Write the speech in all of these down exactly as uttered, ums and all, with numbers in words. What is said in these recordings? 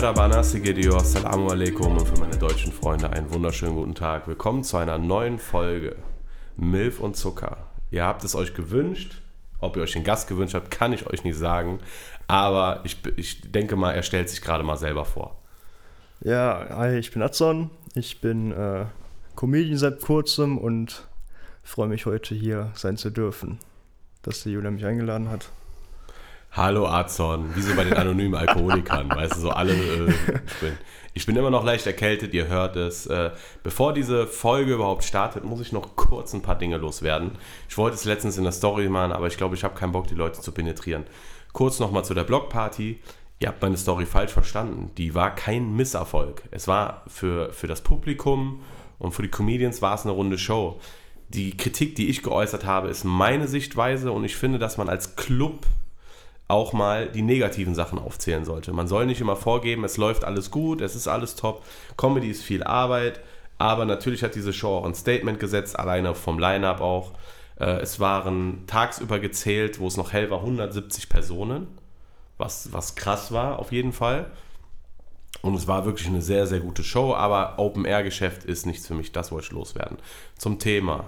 Merhaba, Nasigedio, Assalamu alaikum und für meine deutschen Freunde einen wunderschönen guten Tag. Willkommen zu einer neuen Folge Milf und Zucker. Ihr habt es euch gewünscht, ob ihr euch den Gast gewünscht habt, kann ich euch nicht sagen, aber ich, ich denke mal, er stellt sich gerade mal selber vor. Ja, hi, ich bin Adson, ich bin äh, Comedian seit kurzem und freue mich heute hier sein zu dürfen, dass die Julia mich eingeladen hat. Hallo Adson, wie so bei den anonymen Alkoholikern, weißt du, so alle, äh, ich, bin, ich bin immer noch leicht erkältet, ihr hört es. Äh, bevor diese Folge überhaupt startet, muss ich noch kurz ein paar Dinge loswerden. Ich wollte es letztens in der Story machen, aber ich glaube, ich habe keinen Bock, die Leute zu penetrieren. Kurz nochmal zu der Blockparty. Ihr habt meine Story falsch verstanden. Die war kein Misserfolg. Es war für, für das Publikum und für die Comedians war es eine runde Show. Die Kritik, die ich geäußert habe, ist meine Sichtweise und ich finde, dass man als Club auch mal die negativen Sachen aufzählen sollte. Man soll nicht immer vorgeben, es läuft alles gut, es ist alles top. Comedy ist viel Arbeit, aber natürlich hat diese Show auch ein Statement gesetzt, alleine vom Line-Up auch. Äh, es waren tagsüber gezählt, wo es noch hell war, hundertsiebzig Personen, was, was krass war auf jeden Fall. Und es war wirklich eine sehr, sehr gute Show, aber Open-Air-Geschäft ist nichts für mich, das wollte ich loswerden. Zum Thema.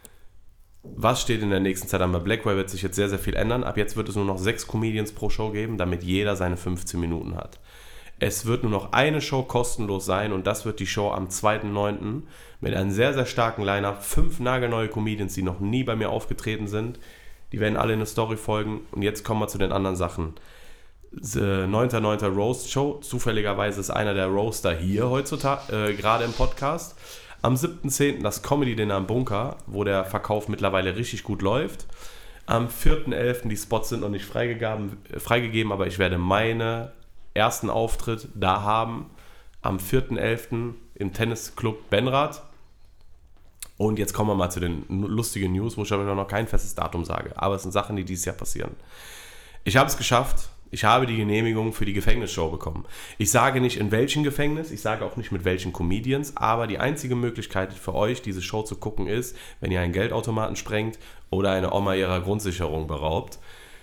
Was steht in der nächsten Zeit an? Bei Blackway wird sich jetzt sehr, sehr viel ändern. Ab jetzt wird es nur noch sechs Comedians pro Show geben, damit jeder seine fünfzehn Minuten hat. Es wird nur noch eine Show kostenlos sein und das wird die Show am zweiten neunten mit einem sehr, sehr starken Line-Up. Fünf nagelneue Comedians, die noch nie bei mir aufgetreten sind. Die werden alle in eine Story folgen. Und jetzt kommen wir zu den anderen Sachen. neunter neunter Roast Show. Zufälligerweise ist einer der Roaster hier heutzutage, äh, gerade im Podcast. Am siebten zehnten das Comedy-Dinner im Bunker, wo der Verkauf mittlerweile richtig gut läuft. Am vierten elften die Spots sind noch nicht freigegeben, freigegeben, aber ich werde meinen ersten Auftritt da haben. Am vierten elften im Tennisclub Benrath. Und jetzt kommen wir mal zu den lustigen News, wo ich aber noch kein festes Datum sage. Aber es sind Sachen, die dieses Jahr passieren. Ich habe es geschafft. Ich habe die Genehmigung für die Gefängnisshow bekommen. Ich sage nicht in welchem Gefängnis, ich sage auch nicht mit welchen Comedians, aber die einzige Möglichkeit für euch, diese Show zu gucken, ist, wenn ihr einen Geldautomaten sprengt oder eine Oma ihrer Grundsicherung beraubt.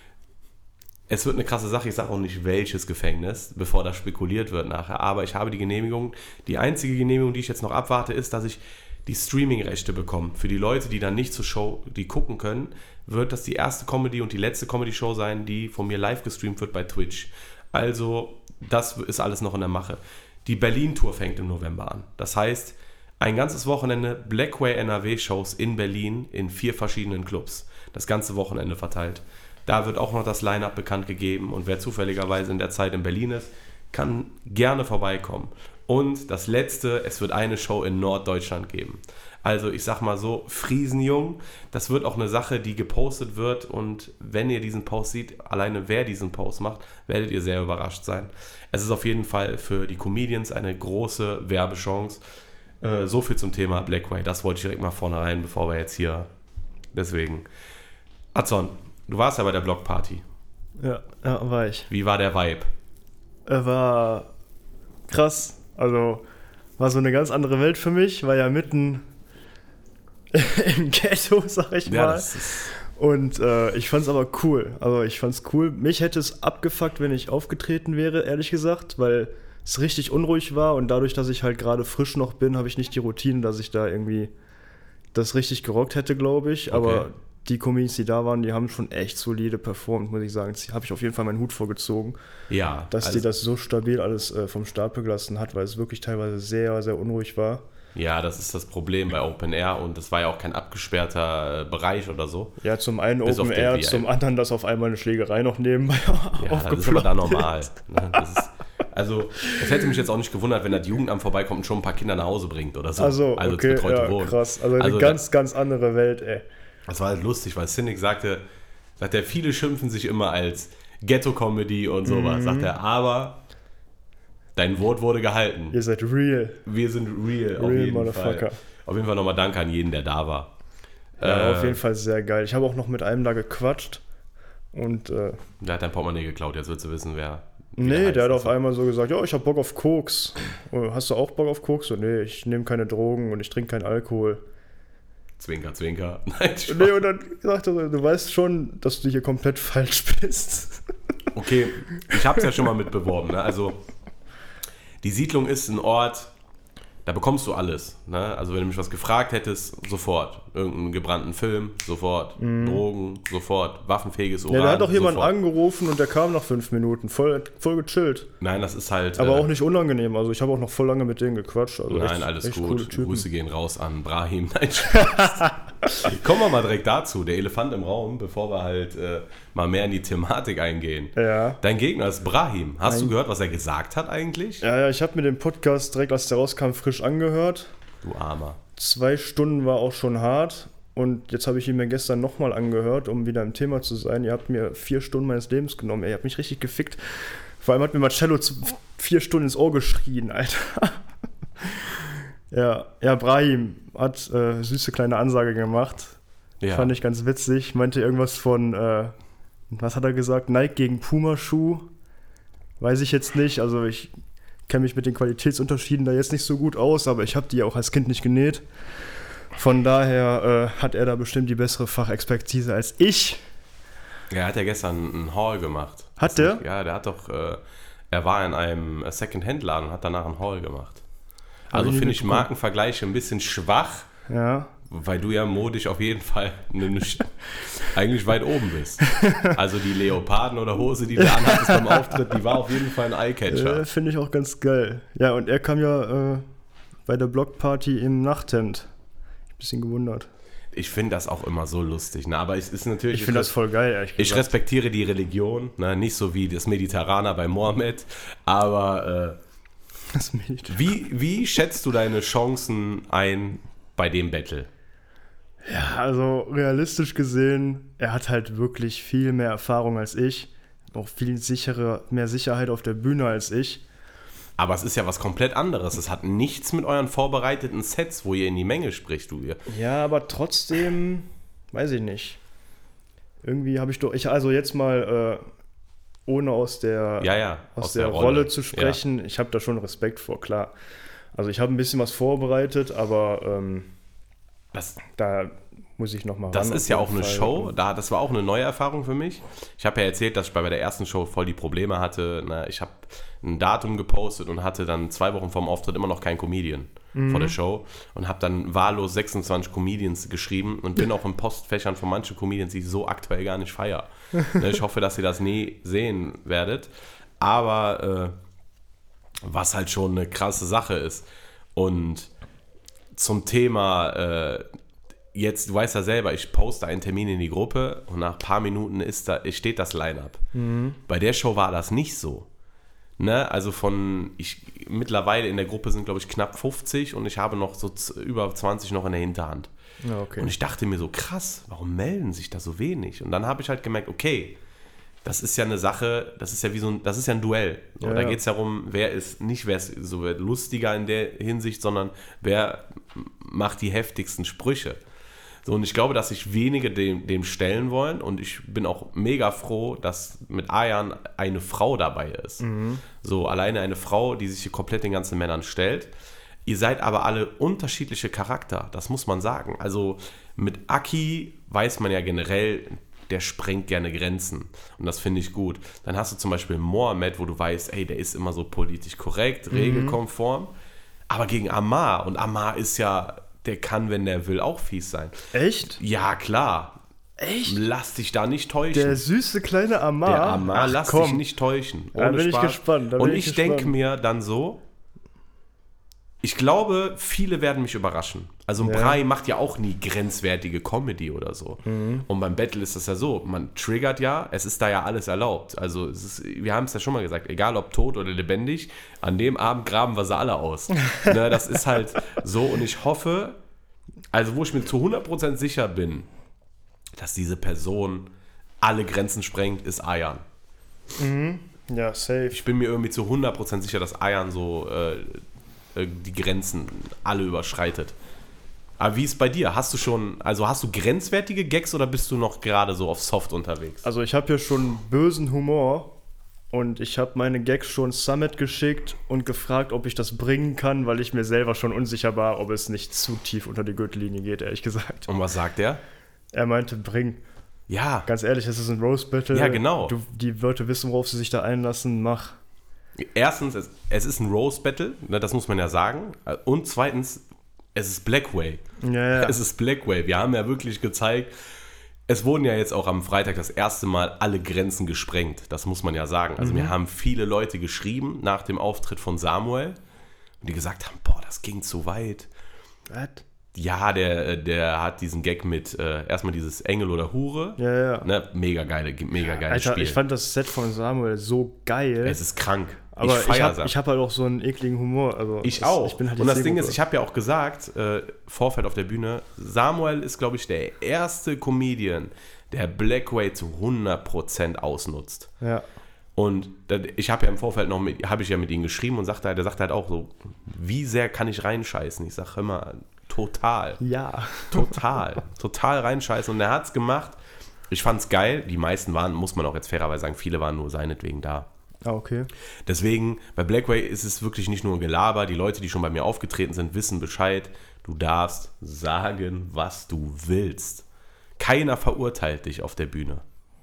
Es wird eine krasse Sache, ich sage auch nicht welches Gefängnis, bevor da spekuliert wird nachher, aber ich habe die Genehmigung. Die einzige Genehmigung, die ich jetzt noch abwarte, ist, dass ich die Streaming-Rechte bekomme. Für die Leute, die dann nicht zur Show, die gucken können, wird das die erste Comedy und die letzte Comedy-Show sein, die von mir live gestreamt wird bei Twitch. Also, das ist alles noch in der Mache. Die Berlin-Tour fängt im November an. Das heißt, ein ganzes Wochenende Blackway N R W-Shows in Berlin in vier verschiedenen Clubs. Das ganze Wochenende verteilt. Da wird auch noch das Line-Up bekannt gegeben und wer zufälligerweise in der Zeit in Berlin ist, kann gerne vorbeikommen. Und das letzte, es wird eine Show in Norddeutschland geben. Also ich sag mal so, Friesenjung, das wird auch eine Sache, die gepostet wird und wenn ihr diesen Post seht, alleine wer diesen Post macht, werdet ihr sehr überrascht sein. Es ist auf jeden Fall für die Comedians eine große Werbechance. Äh, so viel zum Thema Blackway, das wollte ich direkt mal vorne rein, bevor wir jetzt hier, deswegen. Adson, du warst ja bei der Blockparty. Ja, ja, war ich. Wie war der Vibe? Er war krass, also war so eine ganz andere Welt für mich, war ja mitten im Ghetto, sag ich ja, mal. Das ist und äh, ich fand's aber cool. Also ich fand's cool. Mich hätte es abgefuckt, wenn ich aufgetreten wäre, ehrlich gesagt, weil es richtig unruhig war und dadurch, dass ich halt gerade frisch noch bin, habe ich nicht die Routine, dass ich da irgendwie das richtig gerockt hätte, glaube ich. Aber okay. Die Comedians, die da waren, die haben schon echt solide performt, muss ich sagen. Jetzt habe ich auf jeden Fall meinen Hut vorgezogen, ja, dass also, die das so stabil alles äh, vom Stapel gelassen hat, weil es wirklich teilweise sehr, sehr unruhig war. Ja, das ist das Problem bei Open Air und das war ja auch kein abgesperrter Bereich oder so. Ja, zum einen Bis Open Air, zum anderen, dass auf einmal eine Schlägerei noch nebenbei ja, aufgeploppt. Das ist aber da normal. Ne? Das ist, also, es hätte mich jetzt auch nicht gewundert, wenn das Jugendamt vorbeikommt und schon ein paar Kinder nach Hause bringt oder so. Also, also okay, betreute ja, Wohnen. krass. Also eine also ganz, da, ganz andere Welt, ey. Das war halt lustig, weil Cynic sagte, sagt er, viele schimpfen sich immer als Ghetto-Comedy und sowas. Mhm. Sagt er, aber dein Wort wurde gehalten. Ihr seid real. Wir sind real, real auf jeden Motherfucker. Fall. Auf jeden Fall nochmal Danke an jeden, der da war. Ja, äh, auf jeden Fall sehr geil. Ich habe auch noch mit einem da gequatscht und äh, der hat dein Portemonnaie geklaut, jetzt willst du wissen, wer. Nee, der, der hat also. auf einmal so gesagt, ja, ich hab Bock auf Koks. Oh, hast du auch Bock auf Koks? So, nee, ich nehme keine Drogen und ich trinke keinen Alkohol. Zwinker, zwinker. Nein, nee, und dann sagte er, du weißt schon, dass du hier komplett falsch bist. Okay, ich hab's ja schon mal mitbeworben, ne? Also die Siedlung ist ein Ort, da bekommst du alles. Ne? Also wenn du mich was gefragt hättest, sofort. Irgendeinen gebrannten Film, sofort. Mm. Drogen, sofort. Waffenfähiges Uran, ja, da hat doch jemand sofort. angerufen und der kam nach fünf Minuten. Voll, voll gechillt. Nein, das ist halt... Aber äh, auch nicht unangenehm. Also ich habe auch noch voll lange mit denen gequatscht. Also nein, echt, alles echt gut. Grüße gehen raus an Brahim. Nein, Spaß. Kommen wir mal direkt dazu. Der Elefant im Raum, bevor wir halt äh, mal mehr in die Thematik eingehen. Ja. Dein Gegner ist Brahim. Hast Nein. du gehört, was er gesagt hat eigentlich? Ja, ja, ich habe mir den Podcast direkt, als der rauskam, frisch angehört. Du Armer. Zwei Stunden war auch schon hart. Und jetzt habe ich ihn mir gestern nochmal angehört, um wieder im Thema zu sein. Ihr habt mir vier Stunden meines Lebens genommen. Ey, ihr habt mich richtig gefickt. Vor allem hat mir Marcello vier Stunden ins Ohr geschrien, Alter. ja, ja, Brahim hat äh, süße kleine Ansage gemacht. Ja. Fand ich ganz witzig. Meinte irgendwas von, äh, was hat er gesagt? Nike gegen Puma-Schuh. Weiß ich jetzt nicht. Also ich kenne mich mit den Qualitätsunterschieden da jetzt nicht so gut aus, aber ich habe die auch als Kind nicht genäht. Von daher äh, hat er da bestimmt die bessere Fachexpertise als ich. Er hat ja gestern einen Haul gemacht. Hat der? Ja, der hat doch, äh, er war in einem Second-Hand-Laden und hat danach einen Haul gemacht. Also finde ich Markenvergleiche ein bisschen schwach, ja. weil du ja modisch auf jeden Fall eine, eigentlich weit oben bist. Also die Leoparden oder Hose, die du anhattest beim Auftritt, die war auf jeden Fall ein Eyecatcher. Äh, finde ich auch ganz geil. Ja, und er kam ja äh, bei der Blockparty im Nachthemd. Bisschen gewundert. Ich finde das auch immer so lustig, ne? Aber es ist natürlich... Ich finde das voll geil, ehrlich gesagt. Ich respektiere die Religion, ne? Nicht so wie das Mediterraner bei Mohammed, aber äh, das Mediterraner. Wie, wie schätzt du deine Chancen ein bei dem Battle? Ja, also realistisch gesehen, er hat halt wirklich viel mehr Erfahrung als ich, auch viel sichere, mehr Sicherheit auf der Bühne als ich. Aber es ist ja was komplett anderes. Es hat nichts mit euren vorbereiteten Sets, wo ihr in die Menge spricht, du ihr. Ja, aber trotzdem, weiß ich nicht. Irgendwie habe ich doch, ich also jetzt mal, äh, ohne aus der, ja, ja, aus aus der, der Rolle. Rolle zu sprechen, ja. Ich habe da schon Respekt vor, klar. Also ich habe ein bisschen was vorbereitet, aber ähm, das, da muss ich noch mal ran. Das ist ja auch eine Fall. Show, da, das war auch eine neue Erfahrung für mich. Ich habe ja erzählt, dass ich bei der ersten Show voll die Probleme hatte. Na, ich habe ein Datum gepostet und hatte dann zwei Wochen vorm Auftritt immer noch keinen Comedian mhm. vor der Show und habe dann wahllos sechsundzwanzig Comedians geschrieben und bin auch in Postfächern von manchen Comedians, die ich so aktuell gar nicht feiere. Ich hoffe, dass ihr das nie sehen werdet, aber äh, was halt schon eine krasse Sache ist. Und zum Thema äh, jetzt, du weißt ja selber, ich poste einen Termin in die Gruppe und nach ein paar Minuten ist da, steht das Line-Up. Mhm. Bei der Show war das nicht so. Ne? Also von, ich mittlerweile in der Gruppe sind, glaube ich, knapp fünfzig und ich habe noch so z- über zwanzig noch in der Hinterhand. Ja, okay. Und ich dachte mir so, krass, warum melden sich da so wenig? Und dann habe ich halt gemerkt, okay, das ist ja eine Sache, das ist ja wie so ein, das ist ja ein Duell. So, ja, da ja. geht es darum, wer ist, nicht wer ist so lustiger in der Hinsicht, sondern wer macht die heftigsten Sprüche. So, und ich glaube, dass sich wenige dem, dem stellen wollen und ich bin auch mega froh, dass mit Ayan eine Frau dabei ist. Mhm. So, alleine eine Frau, die sich hier komplett den ganzen Männern stellt. Ihr seid aber alle unterschiedliche Charakter, das muss man sagen. Also mit Aki weiß man ja generell, der sprengt gerne Grenzen und das finde ich gut. Dann hast du zum Beispiel Mohammed, wo du weißt, ey, der ist immer so politisch korrekt, mhm. regelkonform, aber gegen Amar und Amar ist ja... Der kann, wenn der will, auch fies sein. Echt? Ja, klar. Echt? Lass dich da nicht täuschen. Der süße kleine Amar? Der Amar, Ach, lass komm. dich nicht täuschen. Ohne Da bin Spaß. ich gespannt. Da bin Und ich ich denke gespannt. mir dann so, ich glaube, viele werden mich überraschen. Also ein Ja. Brahim macht ja auch nie grenzwertige Comedy oder so. Mhm. Und beim Battle ist das ja so, man triggert ja, es ist da ja alles erlaubt. Also es ist, wir haben es ja schon mal gesagt, egal ob tot oder lebendig, an dem Abend graben wir sie alle aus. Ne, das ist halt so und ich hoffe, also wo ich mir zu hundert Prozent sicher bin, dass diese Person alle Grenzen sprengt, ist Ayan. Mhm. Ja, safe. Ich bin mir irgendwie zu hundert Prozent sicher, dass Ayan so äh, die Grenzen alle überschreitet. Aber wie ist es bei dir? Hast du schon, also hast du grenzwertige Gags oder bist du noch gerade so auf Soft unterwegs? Also ich habe ja schon bösen Humor und ich habe meine Gags schon Summit geschickt und gefragt, ob ich das bringen kann, weil ich mir selber schon unsicher war, ob es nicht zu tief unter die Gürtellinie geht, ehrlich gesagt. Und was sagt er? Er meinte, bring. Ja. Ganz ehrlich, es ist ein Roast Battle. Ja, genau. Du, die Leute wissen, worauf sie sich da einlassen, mach. Erstens, es, es ist ein Roast-Battle, ne, das muss man ja sagen. Und zweitens, es ist Blackway. Ja, ja. Es ist Blackway. Wir haben ja wirklich gezeigt, es wurden ja jetzt auch am Freitag das erste Mal alle Grenzen gesprengt. Das muss man ja sagen. Also mhm. mir haben viele Leute geschrieben nach dem Auftritt von Samuel, die gesagt haben, boah, das ging zu weit. Was? Ja, der, der hat diesen Gag mit äh, erstmal dieses Engel oder Hure. Ja, ja. Ne, mega geile, mega geiles Alter, Spiel. ich fand das Set von Samuel so geil. Es ist krank. Aber ich, ich habe hab halt auch so einen ekligen Humor. Also ich das, auch. Ich bin halt Und das Ding ist, ich habe ja auch gesagt, äh, Vorfeld auf der Bühne, Samuel ist, glaube ich, der erste Comedian, der Blackway zu hundert Prozent ausnutzt. Ja. Und ich habe ja im Vorfeld noch mit, habe ich ja mit ihm geschrieben und sagte halt, der sagt halt auch so, wie sehr kann ich reinscheißen? Ich sage immer, total. Ja. Total. Total reinscheißen. Und er hat's gemacht. Ich fand's geil. Die meisten waren, muss man auch jetzt fairerweise sagen, viele waren nur seinetwegen da. Ah, okay. Deswegen, bei Blackway ist es wirklich nicht nur ein Gelaber. Die Leute, die schon bei mir aufgetreten sind, wissen Bescheid. Du darfst sagen, was du willst. Keiner verurteilt dich auf der Bühne.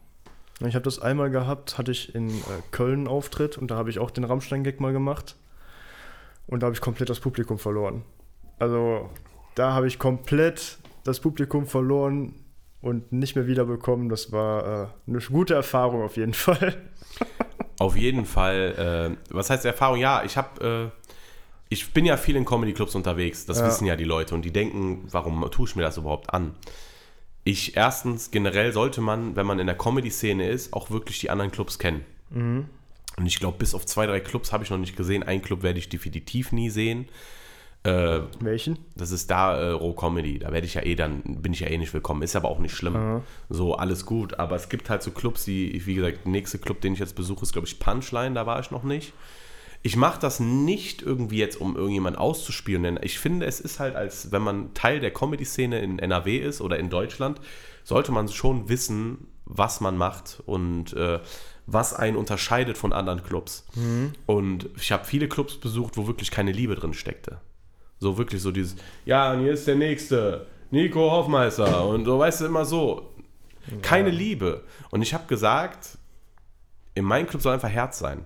Ich habe das einmal gehabt, hatte ich in äh, Köln einen Auftritt und da habe ich auch den Rammstein-Gag mal gemacht. Und da habe ich komplett das Publikum verloren. Also da habe ich komplett das Publikum verloren und nicht mehr wiederbekommen. Das war äh, eine gute Erfahrung auf jeden Fall. Auf jeden Fall. Äh, was heißt Erfahrung? Ja, ich habe, äh, ich bin ja viel in Comedy-Clubs unterwegs. Das ja. wissen ja die Leute und die denken, warum tue ich mir das überhaupt an? Ich, erstens, generell sollte man, wenn man in der Comedy-Szene ist, auch wirklich die anderen Clubs kennen. Mhm. Und ich glaube, bis auf zwei, drei Clubs habe ich noch nicht gesehen. Einen Club werde ich definitiv nie sehen. Äh, Welchen? Das ist da äh, Roh Comedy. Da werde ich ja eh dann, bin ich ja eh nicht willkommen. Ist aber auch nicht schlimm. Aha. So, alles gut. Aber es gibt halt so Clubs, die, wie gesagt, der nächste Club, den ich jetzt besuche, ist, glaube ich, Punchline. Da war ich noch nicht. Ich mache das nicht irgendwie jetzt, um irgendjemand auszuspielen, denn ich finde, es ist halt, als wenn man Teil der Comedy-Szene in N R W ist oder in Deutschland, sollte man schon wissen, was man macht und äh, was einen unterscheidet von anderen Clubs. Mhm. Und ich habe viele Clubs besucht, wo wirklich keine Liebe drin steckte. So wirklich so dieses, ja, und hier ist der Nächste, Nico Hoffmeister und so, weißt du, immer so. Ja. Keine Liebe. Und ich habe gesagt, in meinem Club soll einfach Herz sein.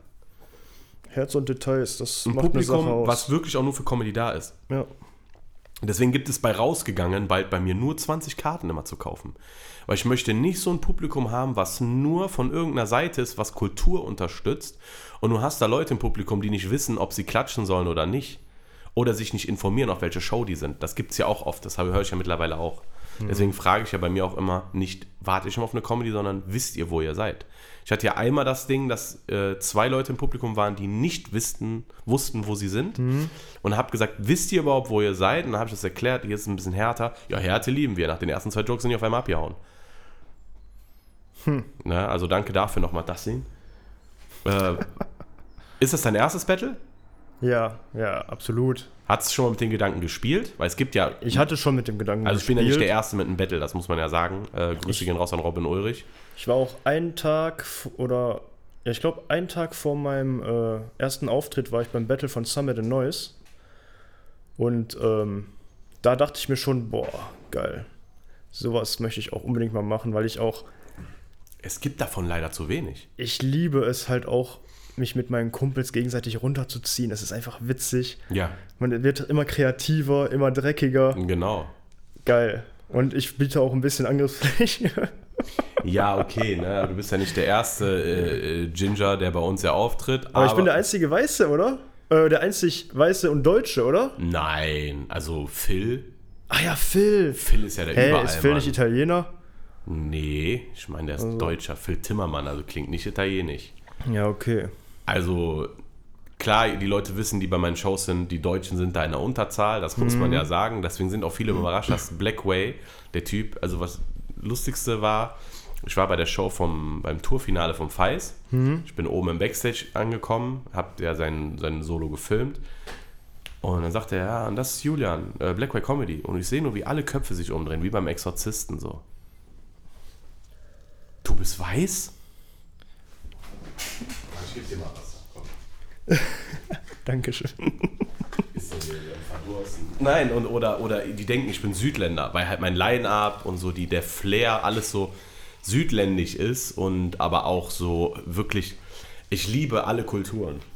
Herz und Details, das ein macht Publikum, eine Sache aus. Was wirklich auch nur für Comedy da ist. Ja. Deswegen gibt es bei Rausgegangen bald bei mir nur zwanzig Karten immer zu kaufen. Weil ich möchte nicht so ein Publikum haben, was nur von irgendeiner Seite ist, was Kultur unterstützt. Und du hast da Leute im Publikum, die nicht wissen, ob sie klatschen sollen oder nicht. Oder sich nicht informieren, auf welche Show die sind. Das gibt es ja auch oft, das höre ich ja mittlerweile auch. Mhm. Deswegen frage ich ja bei mir auch immer, nicht warte ich immer auf eine Comedy, sondern wisst ihr, wo ihr seid. Ich hatte ja einmal das Ding, dass äh, zwei Leute im Publikum waren, die nicht wussten, wussten wo sie sind. Mhm. Und habe gesagt, wisst ihr überhaupt, wo ihr seid? Und dann habe ich das erklärt, hier ist es ein bisschen härter. Ja, Härte lieben wir. Nach den ersten zwei Jokes sind die auf einmal abgehauen. Hm. Na, also danke dafür nochmal, das sehen. Äh, ist das dein erstes Battle? Ja, ja, absolut. Hast du schon mal mit den Gedanken gespielt? Weil es gibt ja... Ich hatte schon mit dem Gedanken Also ich gespielt. bin ja nicht der Erste mit einem Battle, das muss man ja sagen. Äh, Grüße gehen raus an Robin Ulrich. Ich war auch einen Tag oder... Ja, ich glaube, einen Tag vor meinem äh, ersten Auftritt war ich beim Battle von Summit and Noise. Und ähm, da dachte ich mir schon, boah, geil. Sowas möchte ich auch unbedingt mal machen, weil ich auch... Es gibt davon leider zu wenig. Ich liebe es halt auch, mich mit meinen Kumpels gegenseitig runterzuziehen. Es ist einfach witzig. Ja. Man wird immer kreativer, immer dreckiger. Genau. Geil. Und ich biete auch ein bisschen Angriffsfläche. Ja, okay, ne? Du bist ja nicht der erste äh, Ginger, der bei uns ja auftritt. Aber, aber ich bin der einzige Weiße, oder? Äh, der einzig Weiße und Deutsche, oder? Nein, also Phil. Ah ja, Phil. Phil ist ja der Hä, überall, ist Phil Mann. nicht Italiener? Nee, ich meine, der ist also. Deutscher. Phil Timmermann, also klingt nicht italienisch. Ja, okay. Also, klar, die Leute wissen, die bei meinen Shows sind, die Deutschen sind da in der Unterzahl, das muss mhm. man ja sagen. Deswegen sind auch viele überrascht, dass Blackway, der Typ, also was Lustigste war, ich war bei der Show vom, beim Tourfinale vom Feis. Mhm. Ich bin oben im Backstage angekommen, hab ja sein, sein Solo gefilmt. Und dann sagte er, ja, und das ist Julian, äh, Blackway Comedy. Und ich sehe nur, wie alle Köpfe sich umdrehen, wie beim Exorzisten so. Du bist weiß? Ich geb dir mal Wasser, komm. Dankeschön. Ist doch wieder verdursten. Nein, und, oder, oder die denken, ich bin Südländer, weil halt mein Line-Up und so die, der Flair alles so südländisch ist und aber auch so wirklich, ich liebe alle Kulturen.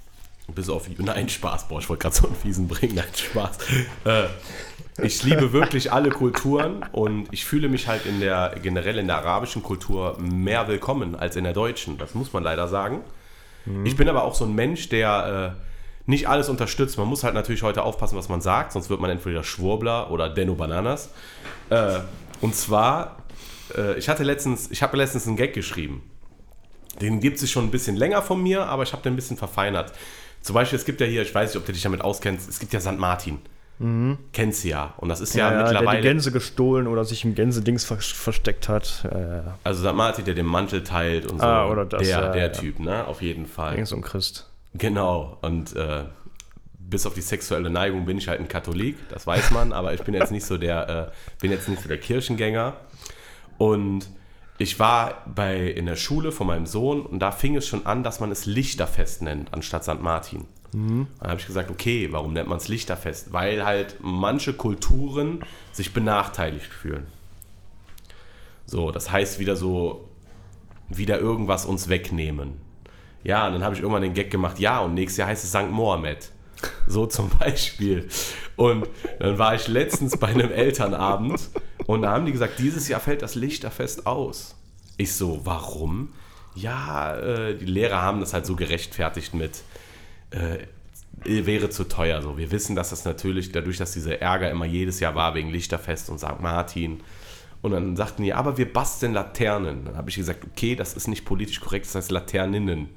Bis auf, nein, Spaß, boah, ich wollte gerade so einen fiesen bringen, nein, Spaß. Äh, ich liebe wirklich alle Kulturen und ich fühle mich halt in der, generell in der arabischen Kultur mehr willkommen als in der deutschen, das muss man leider sagen. Mhm. Ich bin aber auch so ein Mensch, der äh, nicht alles unterstützt. Man muss halt natürlich heute aufpassen, was man sagt, sonst wird man entweder Schwurbler oder Denno Bananas. Äh, und zwar, äh, ich hatte letztens, ich habe letztens einen Gag geschrieben. Den gibt es schon ein bisschen länger von mir, aber ich habe den ein bisschen verfeinert. Zum Beispiel, es gibt ja hier, ich weiß nicht, ob du dich damit auskennst, es gibt ja Sankt Martin. Mhm. Kennst du ja. Und das ist ja, ja mittlerweile... Der die Gänse gestohlen oder sich im Gänsedings ver- versteckt hat. Ja, ja. Also Sankt Martin, der den Mantel teilt und so. Ah, oder das, der ja, der ja. Typ, ne? Auf jeden Fall. Irgend so ein Christ. Genau. Und äh, bis auf die sexuelle Neigung bin ich halt ein Katholik, das weiß man. Aber ich bin jetzt nicht so der, äh, bin jetzt nicht so der Kirchengänger. Und ich war bei, in der Schule von meinem Sohn und da fing es schon an, dass man es Lichterfest nennt, anstatt Sankt Martin. Mhm. Dann habe ich gesagt, okay, warum nennt man es Lichterfest? Weil halt manche Kulturen sich benachteiligt fühlen. So, das heißt wieder so, wieder irgendwas uns wegnehmen. Ja, und dann habe ich irgendwann den Gag gemacht, ja, und nächstes Jahr heißt es Sankt Mohammed. So zum Beispiel. Und dann war ich letztens bei einem Elternabend und da haben die gesagt, dieses Jahr fällt das Lichterfest aus. Ich so, warum? Ja, äh, die Lehrer haben das halt so gerechtfertigt mit, äh, wäre zu teuer. So. Wir wissen, dass das natürlich, dadurch, dass dieser Ärger immer jedes Jahr war wegen Lichterfest und Sankt Martin. Und dann sagten die, aber wir basteln Laternen. Dann habe ich gesagt, okay, das ist nicht politisch korrekt, das heißt Laterninnen.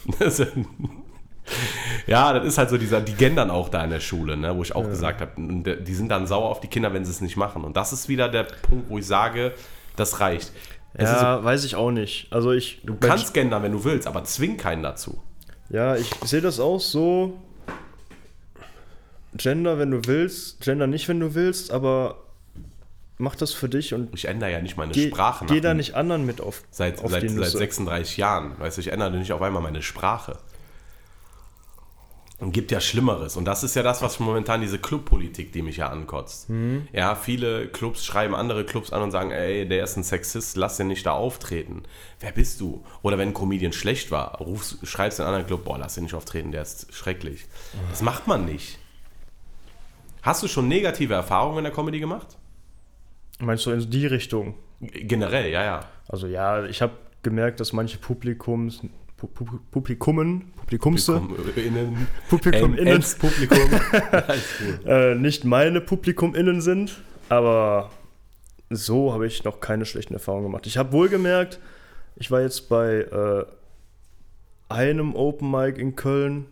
Ja, das ist halt so dieser, die gendern auch da in der Schule, ne, wo ich auch ja. gesagt habe, die sind dann sauer auf die Kinder, wenn sie es nicht machen. Und das ist wieder der Punkt, wo ich sage, das reicht. Es ja, so, weiß ich auch nicht. Also ich, du kannst ich, gendern, wenn du willst, aber zwing keinen dazu. Ja, ich sehe das auch so, Gender, wenn du willst, Gender nicht, wenn du willst, aber mach das für dich und ich ändere ja nicht meine geh, Sprache. Geh da nicht anderen mit auf, seit, auf seit, die Nüsse. Seit sechsunddreißig Jahren, weißt du, ich ändere nicht auf einmal meine Sprache. Und gibt ja Schlimmeres. Und das ist ja das, was momentan diese Clubpolitik, die mich ja ankotzt. Mhm. Ja, viele Clubs schreiben andere Clubs an und sagen, ey, der ist ein Sexist, lass den nicht da auftreten. Wer bist du? Oder wenn ein Comedian schlecht war, rufst, schreibst den anderen Club, boah, lass den nicht auftreten, der ist schrecklich. Mhm. Das macht man nicht. Hast du schon negative Erfahrungen in der Comedy gemacht? Meinst du in die Richtung? Generell, ja, ja. Also ja, ich habe gemerkt, dass manche Publikums... Publikummen, Publikumse, PublikumInnen, PublikumInnen, Publikum, äh, nicht meine PublikumInnen sind, aber so habe ich noch keine schlechten Erfahrungen gemacht. Ich habe wohl gemerkt, ich war jetzt bei äh, einem Open Mic in Köln,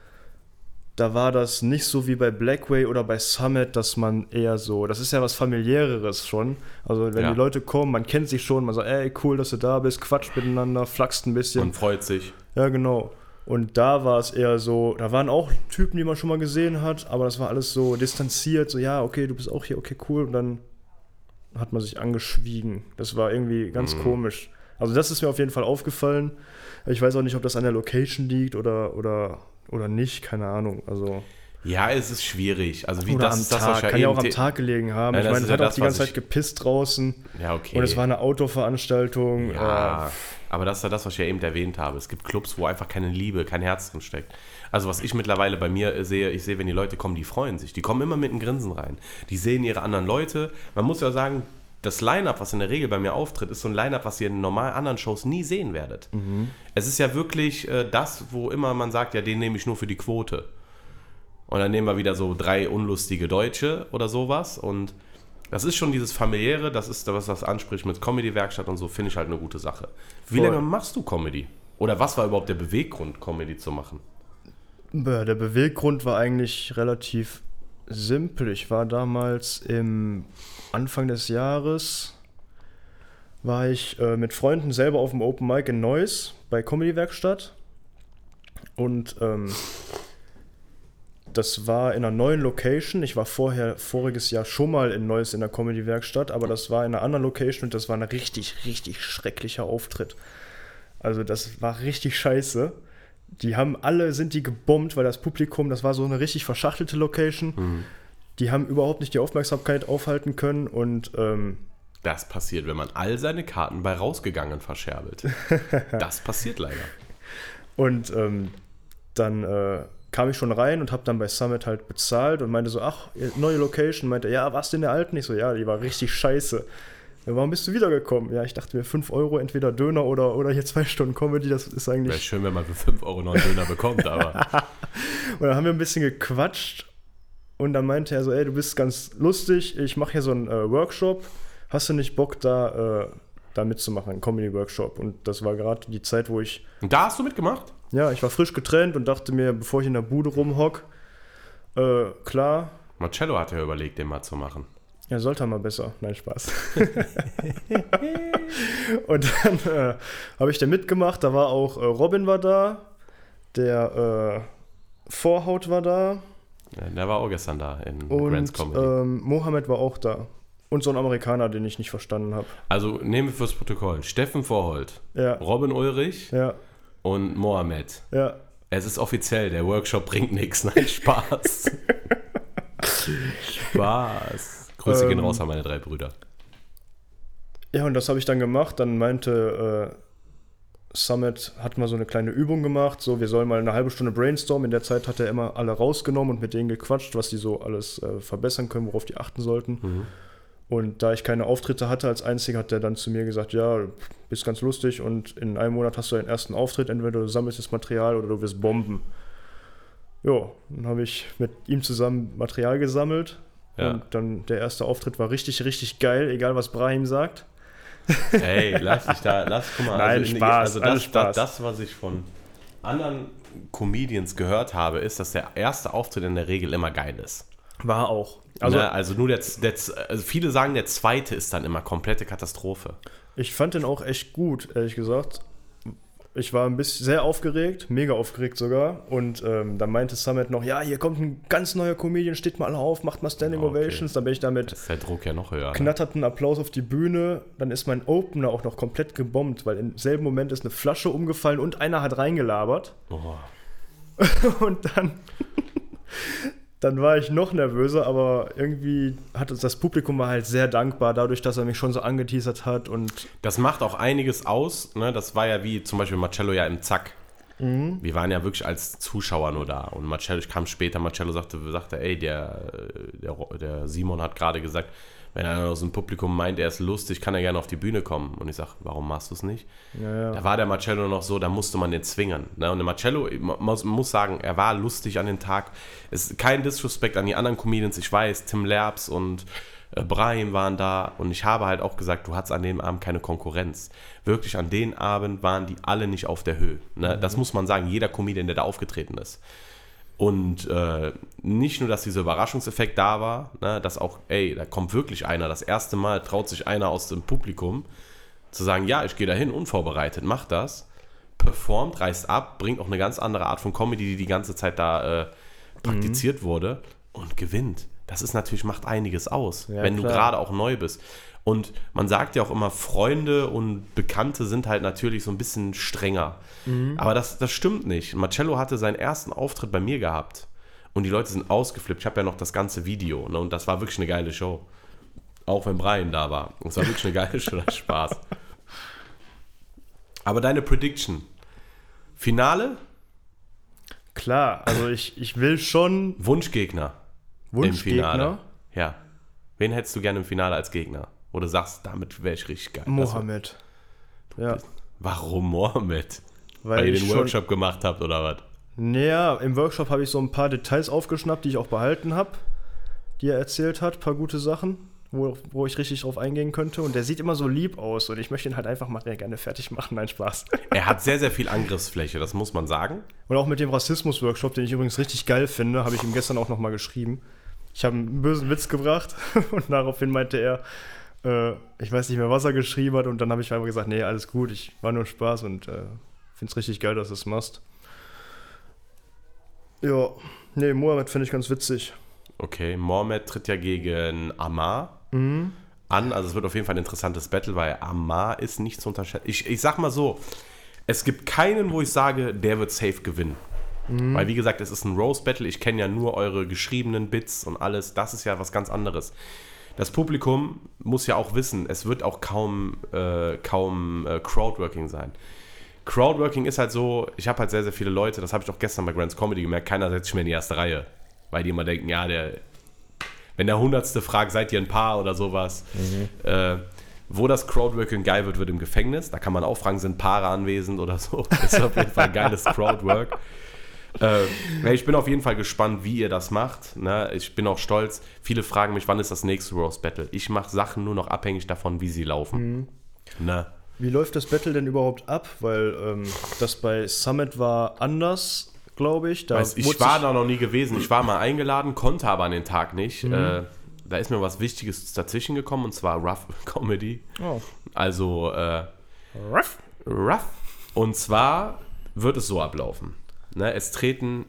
da war das nicht so wie bei Blackway oder bei Summit, dass man eher so, das ist ja was familiäreres schon, also wenn ja. die Leute kommen, man kennt sich schon, man sagt, ey, cool, dass du da bist, quatscht miteinander, flaxt ein bisschen. Man freut sich. Ja, genau. Und da war es eher so, da waren auch Typen, die man schon mal gesehen hat, aber das war alles so distanziert, so, ja, okay, du bist auch hier, okay, cool, und dann hat man sich angeschwiegen. Das war irgendwie ganz mhm. komisch. Also das ist mir auf jeden Fall aufgefallen. Ich weiß auch nicht, ob das an der Location liegt oder, oder Oder nicht, keine Ahnung. Also ja, es ist schwierig. Also wie oder das am ist das, Tag. was ja Kann ja eben auch am Tag gelegen haben. Nein, ich meine, es hat ja auch das, die ganze ich... Zeit gepisst draußen. Ja, okay. Und es war eine Autoveranstaltung. Ja, äh, aber das ist ja das, was ich ja eben erwähnt habe. Es gibt Clubs, wo einfach keine Liebe, kein Herz drin steckt. Also was ich mittlerweile bei mir sehe, ich sehe, wenn die Leute kommen, die freuen sich. Die kommen immer mit einem Grinsen rein. Die sehen ihre anderen Leute. Man muss ja sagen, das Line-Up, was in der Regel bei mir auftritt, ist so ein Line-Up, was ihr in normal anderen Shows nie sehen werdet. Mhm. Es ist ja wirklich äh, das, wo immer man sagt, ja, den nehme ich nur für die Quote. Und dann nehmen wir wieder so drei unlustige Deutsche oder sowas. Und das ist schon dieses Familiäre, das ist, was das anspricht mit Comedy-Werkstatt und so, finde ich halt eine gute Sache. Wie Voll. lange machst du Comedy? Oder was war überhaupt der Beweggrund, Comedy zu machen? Ja, der Beweggrund war eigentlich relativ simpel. Ich war damals im Anfang des Jahres, war ich äh, mit Freunden selber auf dem Open Mic in Neuss bei Comedy-Werkstatt. Und ähm, das war in einer neuen Location. Ich war vorher, voriges Jahr schon mal in Neuss in der Comedy-Werkstatt, aber das war in einer anderen Location und das war ein richtig, richtig schrecklicher Auftritt. Also das war richtig scheiße. Die haben alle, sind die gebombt, weil das Publikum, das war so eine richtig verschachtelte Location. Mhm. Die haben überhaupt nicht die Aufmerksamkeit aufhalten können und ähm, das passiert, wenn man all seine Karten bei rausgegangen verscherbelt. Das passiert leider. Und ähm, dann äh, kam ich schon rein und habe dann bei Summit halt bezahlt und meinte so, ach, neue Location. Meinte, ja, warst du in der alten? Ich so, ja, die war richtig scheiße. Ja, warum bist du wiedergekommen? Ja, ich dachte mir, fünf Euro, entweder Döner oder, oder hier zwei Stunden Comedy, das ist eigentlich... Wäre schön, wenn man für fünf Euro noch einen Döner bekommt, aber... Und dann haben wir ein bisschen gequatscht und dann meinte er so, ey, du bist ganz lustig, ich mache hier so einen äh, Workshop, hast du nicht Bock, da, äh, da mitzumachen, einen Comedy-Workshop? Und das war gerade die Zeit, wo ich... Und da hast du mitgemacht? Ja, ich war frisch getrennt und dachte mir, bevor ich in der Bude rumhock, äh, klar... Marcello hat ja überlegt, den mal zu machen. Ja, sollte er mal besser. Nein, Spaß. Und dann äh, habe ich da mitgemacht. Da war auch äh, Robin war da, der äh, Vorhaut war da. Ja, der war auch gestern da in und Grants Comedy. Ähm, Mohammed war auch da. Und so ein Amerikaner, den ich nicht verstanden habe. Also nehmen wir fürs Protokoll Steffen Vorholt, Ja. Robin Ulrich Ja. und Mohammed. Ja. Es ist offiziell, der Workshop bringt nichts. Nein, Spaß. Spaß. Grüße Ähm, gehen raus an meine drei Brüder. Ja, und das habe ich dann gemacht. Dann meinte äh, Summit, hat mal so eine kleine Übung gemacht. So, wir sollen mal eine halbe Stunde brainstormen. In der Zeit hat er immer alle rausgenommen und mit denen gequatscht, was die so alles äh, verbessern können, worauf die achten sollten. Mhm. Und da ich keine Auftritte hatte als Einziger, hat er dann zu mir gesagt, ja, bist ganz lustig und in einem Monat hast du deinen ersten Auftritt. Entweder du sammelst das Material oder du wirst bomben. Ja, dann habe ich mit ihm zusammen Material gesammelt. Ja. Und dann der erste Auftritt war richtig, richtig geil, egal was Brahim sagt. Ey, lass dich da, lass, guck mal. Nein, also, Spaß, also das, alles Spaß. Das, das, was ich von anderen Comedians gehört habe, ist, dass der erste Auftritt in der Regel immer geil ist. War auch. Also, Also, ne, also nur der, der, also viele sagen, der zweite ist dann immer komplette Katastrophe. ich fand den auch echt gut, ehrlich gesagt. Ich war ein bisschen sehr aufgeregt, mega aufgeregt sogar. Und ähm, dann meinte Summit noch, ja, hier kommt ein ganz neuer Comedian, steht mal alle auf, macht mal Standing Okay. Ovations. Dann bin ich damit, Da ist der Druck ja noch höher. Ne? knatterten Applaus auf die Bühne. Dann ist mein Opener auch noch komplett gebombt, weil im selben Moment ist eine Flasche umgefallen und einer hat reingelabert. Oh. Und dann, dann war ich noch nervöser, aber irgendwie hat uns das Publikum war halt sehr dankbar, dadurch, dass er mich schon so angeteasert hat. Und Das macht auch einiges aus. Ne? Das war ja wie zum Beispiel Marcello ja im Zack. Mhm. Wir waren ja wirklich als Zuschauer nur da. Und Marcello, ich kam später, Marcello sagte, sagte ey, der, der, der Simon hat gerade gesagt, wenn einer aus dem Publikum meint, er ist lustig, kann er gerne auf die Bühne kommen. Und ich sage, warum machst du es nicht? ja, ja. Da war der Marcello noch so, da musste man den zwingen. Ne? Und der Marcello, man muss, man muss sagen, er war lustig an den Tag. Es ist kein Disrespect an die anderen Comedians. Ich weiß, Tim Lerbs und äh, Brahim waren da. Und ich habe halt auch gesagt, du hattest an dem Abend keine Konkurrenz. Wirklich an den Abend waren die alle nicht auf der Höhe. Ne? Mhm. Das muss man sagen, jeder Comedian, der da aufgetreten ist. Und äh, nicht nur, dass dieser Überraschungseffekt da war, ne, dass auch, ey, da kommt wirklich einer, das erste Mal traut sich einer aus dem Publikum zu sagen, ja, ich gehe da hin, unvorbereitet, macht das, performt, reißt ab, bringt auch eine ganz andere Art von Comedy, die die ganze Zeit da äh, praktiziert mhm. wurde und gewinnt. Das ist natürlich, macht einiges aus, ja, wenn klar. du gerade auch neu bist. Und man sagt ja auch immer, Freunde und Bekannte sind halt natürlich so ein bisschen strenger. Mhm. Aber das, das stimmt nicht. Marcello hatte seinen ersten Auftritt bei mir gehabt und die Leute sind ausgeflippt. Ich habe ja noch das ganze Video, ne? Und das war wirklich eine geile Show. Auch wenn Brian da war. Es war wirklich eine geile Show, das Spaß. Aber deine Prediction. Finale? Klar, also ich, ich will schon Wunschgegner. Wunschgegner. Im Finale. Ja. Wen hättest du gerne im Finale als Gegner? Wo du sagst, damit wäre ich richtig geil. Mohammed. Ja. Warum Mohammed? Weil, Weil ihr ich den schon, Workshop gemacht habt oder was? Naja, im Workshop habe ich so ein paar Details aufgeschnappt, die ich auch behalten habe, die er erzählt hat, ein paar gute Sachen, wo, wo ich richtig drauf eingehen könnte. Und der sieht immer so lieb aus und ich möchte ihn halt einfach mal gerne fertig machen. Nein, Spaß. Er hat sehr, sehr viel Angriffsfläche, das muss man sagen. Und auch mit dem Rassismus-Workshop, den ich übrigens richtig geil finde, habe ich ihm gestern auch nochmal geschrieben. Ich habe einen bösen Witz gebracht und daraufhin meinte er, äh, ich weiß nicht mehr, was er geschrieben hat. Und dann habe ich einfach gesagt, nee, alles gut, ich war nur Spaß und äh, finde es richtig geil, dass du es machst. Ja, nee, Mohammed finde ich ganz witzig. Okay, Mohammed tritt ja gegen Amar Mhm. an. Also es wird auf jeden Fall ein interessantes Battle, weil Amar ist nicht zu unterschätzen. Ich, ich sag mal so, es gibt keinen, wo ich sage, der wird safe gewinnen. Mhm. Weil wie gesagt, es ist ein Roast-Battle. Ich kenne ja nur eure geschriebenen Bits und alles. Das ist ja was ganz anderes. Das Publikum muss ja auch wissen, es wird auch kaum, äh, kaum äh, Crowdworking sein. Crowdworking ist halt so, ich habe halt sehr, sehr viele Leute, das habe ich auch gestern bei Grants Comedy gemerkt, keiner setzt sich mehr in die erste Reihe. Weil die immer denken, ja, der, wenn der Hundertste fragt, seid ihr ein Paar oder sowas. Mhm. Äh, wo das Crowdworking geil wird, wird im Gefängnis. Da kann man auch fragen, sind Paare anwesend oder so. Das ist auf jeden Fall geiles Crowdwork. Äh, ich bin auf jeden Fall gespannt, wie ihr das macht. Ne? Ich bin auch stolz. Viele fragen mich, wann ist das nächste Roast Battle? Ich mache Sachen nur noch abhängig davon, wie sie laufen. Mhm. Ne? Wie läuft das Battle denn überhaupt ab? Weil ähm, das bei Summit war anders, glaube ich. Da Weiß, ich war da noch nie gewesen. Ich war mal eingeladen, konnte aber an den Tag nicht. Mhm. Äh, da ist mir was Wichtiges dazwischen gekommen, und zwar Rough Comedy. Oh. Also äh, Rough? Rough. Und zwar wird es so ablaufen. Ne, es treten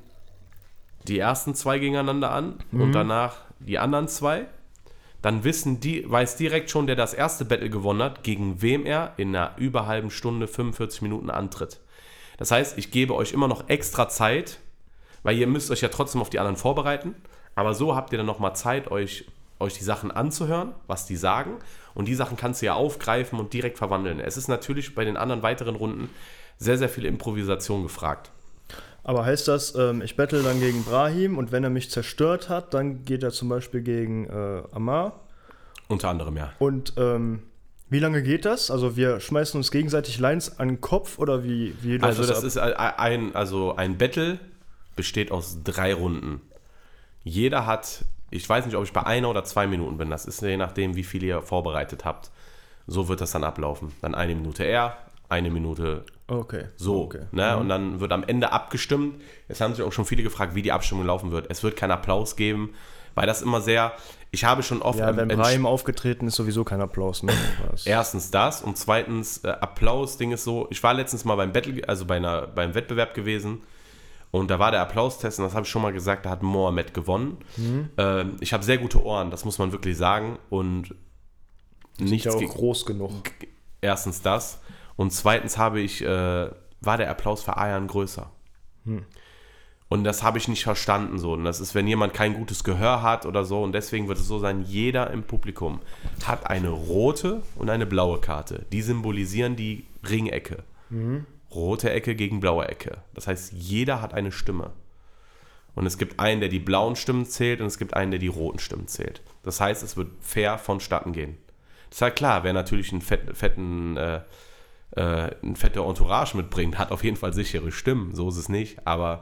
die ersten zwei gegeneinander an mhm. und danach die anderen zwei. Dann wissen die, weiß direkt schon, der das erste Battle gewonnen hat, gegen wem er in einer über halben Stunde, fünfundvierzig Minuten antritt. Das heißt, ich gebe euch immer noch extra Zeit, weil ihr müsst euch ja trotzdem auf die anderen vorbereiten. Aber so habt ihr dann nochmal Zeit, euch, euch die Sachen anzuhören, was die sagen. Und die Sachen kannst du ja aufgreifen und direkt verwandeln. Es ist natürlich bei den anderen weiteren Runden sehr, sehr viel Improvisation gefragt. Aber heißt das, ähm, ich battle dann gegen Brahim und wenn er mich zerstört hat, dann geht er zum Beispiel gegen äh, Amar? Unter anderem, ja. Und ähm, wie lange geht das? Also wir schmeißen uns gegenseitig Lines an den Kopf oder wie, wie läuft Also das, das ist ein, also ein Battle besteht aus drei Runden. Jeder hat, ich weiß nicht, ob ich bei einer oder zwei Minuten bin, das ist je nachdem, wie viel ihr vorbereitet habt. So wird das dann ablaufen. Dann eine Minute er, eine Minute okay. so. Okay. Ne? Mhm. Und dann wird am Ende abgestimmt. Es haben sich auch schon viele gefragt, wie die Abstimmung laufen wird. Es wird keinen Applaus geben, weil das immer sehr, ich habe schon oft... Ja, wenn Brahim aufgetreten ist, sowieso kein Applaus. Ne? Erstens das und zweitens äh, Applaus-Ding ist so, ich war letztens mal beim Battle, also bei einer, beim Wettbewerb gewesen und da war der Applaustest und das habe ich schon mal gesagt, da hat Mohamed gewonnen. Mhm. Äh, ich habe sehr gute Ohren, das muss man wirklich sagen und nicht ja auch groß genug. Erstens das und zweitens habe ich, äh, war der Applaus für Ayan größer. Hm. Und das habe ich nicht verstanden so. Und das ist, wenn jemand kein gutes Gehör hat oder so. Und deswegen wird es so sein, jeder im Publikum hat eine rote und eine blaue Karte. Die symbolisieren die Ringecke. Mhm. Rote Ecke gegen blaue Ecke. Das heißt, jeder hat eine Stimme. Und es gibt einen, der die blauen Stimmen zählt und es gibt einen, der die roten Stimmen zählt. Das heißt, es wird fair vonstatten gehen. Das ist halt klar, wer natürlich einen fetten, fetten äh, äh, eine fette Entourage mitbringt, hat auf jeden Fall sichere Stimmen. So ist es nicht, aber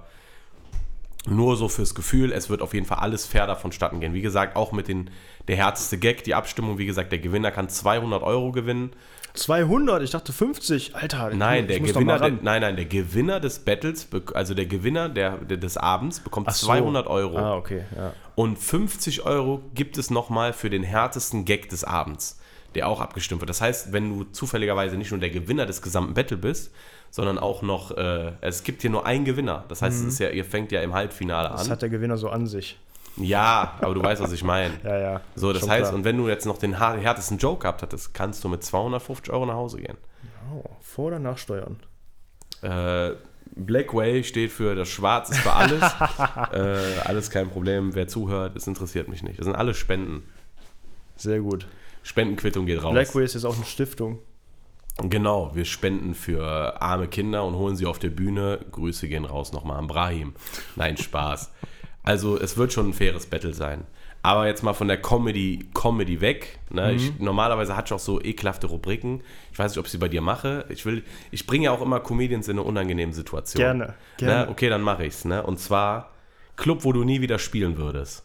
nur so fürs Gefühl, es wird auf jeden Fall alles fair davonstatten gehen. Wie gesagt, auch mit den, der härteste Gag, die Abstimmung, wie gesagt, der Gewinner kann zweihundert Euro gewinnen. zweihundert? Ich dachte fünfzig. Alter, nein, der Gewinner, der, nein, nein, der Gewinner des Battles, also der Gewinner der, der des Abends bekommt so. zweihundert Euro. Ah, okay, ja. Und fünfzig Euro gibt es nochmal für den härtesten Gag des Abends, der auch abgestimmt wird. Das heißt, wenn du zufälligerweise nicht nur der Gewinner des gesamten Battle bist, sondern auch noch, äh, es gibt hier nur einen Gewinner. Das heißt, mhm. es ist ja, ihr fängt ja im Halbfinale das an. Das hat der Gewinner so an sich. Ja, aber du weißt, was ich meine. ja, ja. So, das heißt, klar. Und wenn du jetzt noch den härtesten Joke gehabt hattest, kannst du mit zweihundertfünfzig Euro nach Hause gehen. Oh, vor oder nach Steuern? Äh, Blackway steht für das Schwarz ist für alles. äh, alles kein Problem. Wer zuhört, das interessiert mich nicht. Das sind alles Spenden. Sehr gut. Spendenquittung geht raus. Blackway ist jetzt auch eine Stiftung. Genau, wir spenden für arme Kinder und holen sie auf der Bühne. Grüße gehen raus nochmal an Brahim. Nein, Spaß. Also es wird schon ein faires Battle sein. Aber jetzt mal von der Comedy, Comedy weg. Ne? Mhm. Ich, normalerweise hatte ich auch so ekelhafte Rubriken. Ich weiß nicht, ob ich sie bei dir mache. Ich, will, ich bringe ja auch immer Comedians in eine unangenehme Situation. Gerne, gerne. Ne? Okay, dann mache ich's. Ne? Und zwar Club, wo du nie wieder spielen würdest.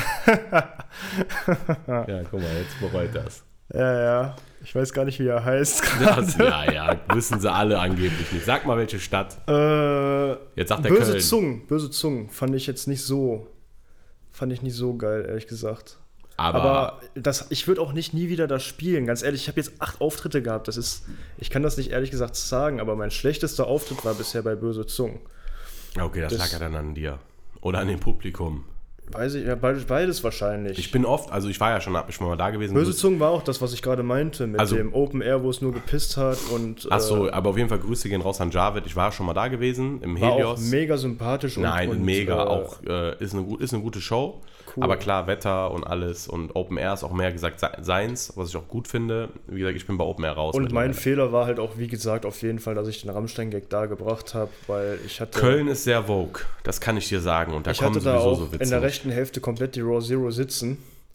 Ja, guck mal, jetzt bereut das. Ja, ja. Ich weiß gar nicht, wie er heißt. Das, ja, ja, wissen sie alle angeblich nicht. Sag mal, welche Stadt. Äh, jetzt sagt der Böse Köln. Zungen, böse Zungen. Fand ich jetzt nicht so, fand ich nicht so geil, ehrlich gesagt. Aber, Aber das, ich würde auch nicht nie wieder das spielen. Ganz ehrlich, ich habe jetzt acht Auftritte gehabt. Das ist, ich kann das nicht ehrlich gesagt sagen, aber mein schlechtester Auftritt war bisher bei Böse Zungen. Okay, das, das lag ja dann an dir. Oder an dem Publikum. Weiß ich, ja, beides, beides wahrscheinlich. Ich bin oft, also ich war ja schon, hab ich schon mal da gewesen. Böse Zungen war auch das, was ich gerade meinte, mit also, dem Open Air, wo es nur gepisst hat und... Ach so, äh, aber auf jeden Fall Grüße gehen raus an Javid. Ich war schon mal da gewesen, im war Helios. Auch mega sympathisch. Und, Nein, und, mega, äh, auch äh, ist, eine, ist eine gute Show. Cool. Aber klar, Wetter und alles und Open Air ist auch mehr gesagt seins, was ich auch gut finde. Wie gesagt, ich bin bei Open Air raus. Und mein Fehler war halt auch, wie gesagt, auf jeden Fall, dass ich den Rammstein-Gag da gebracht habe, weil ich hatte... Köln ist sehr vogue, das kann ich dir sagen. Und da ich kommen hatte da sowieso auch so Witze. In der rechten Hälfte komplett die Raw Zero sitzen.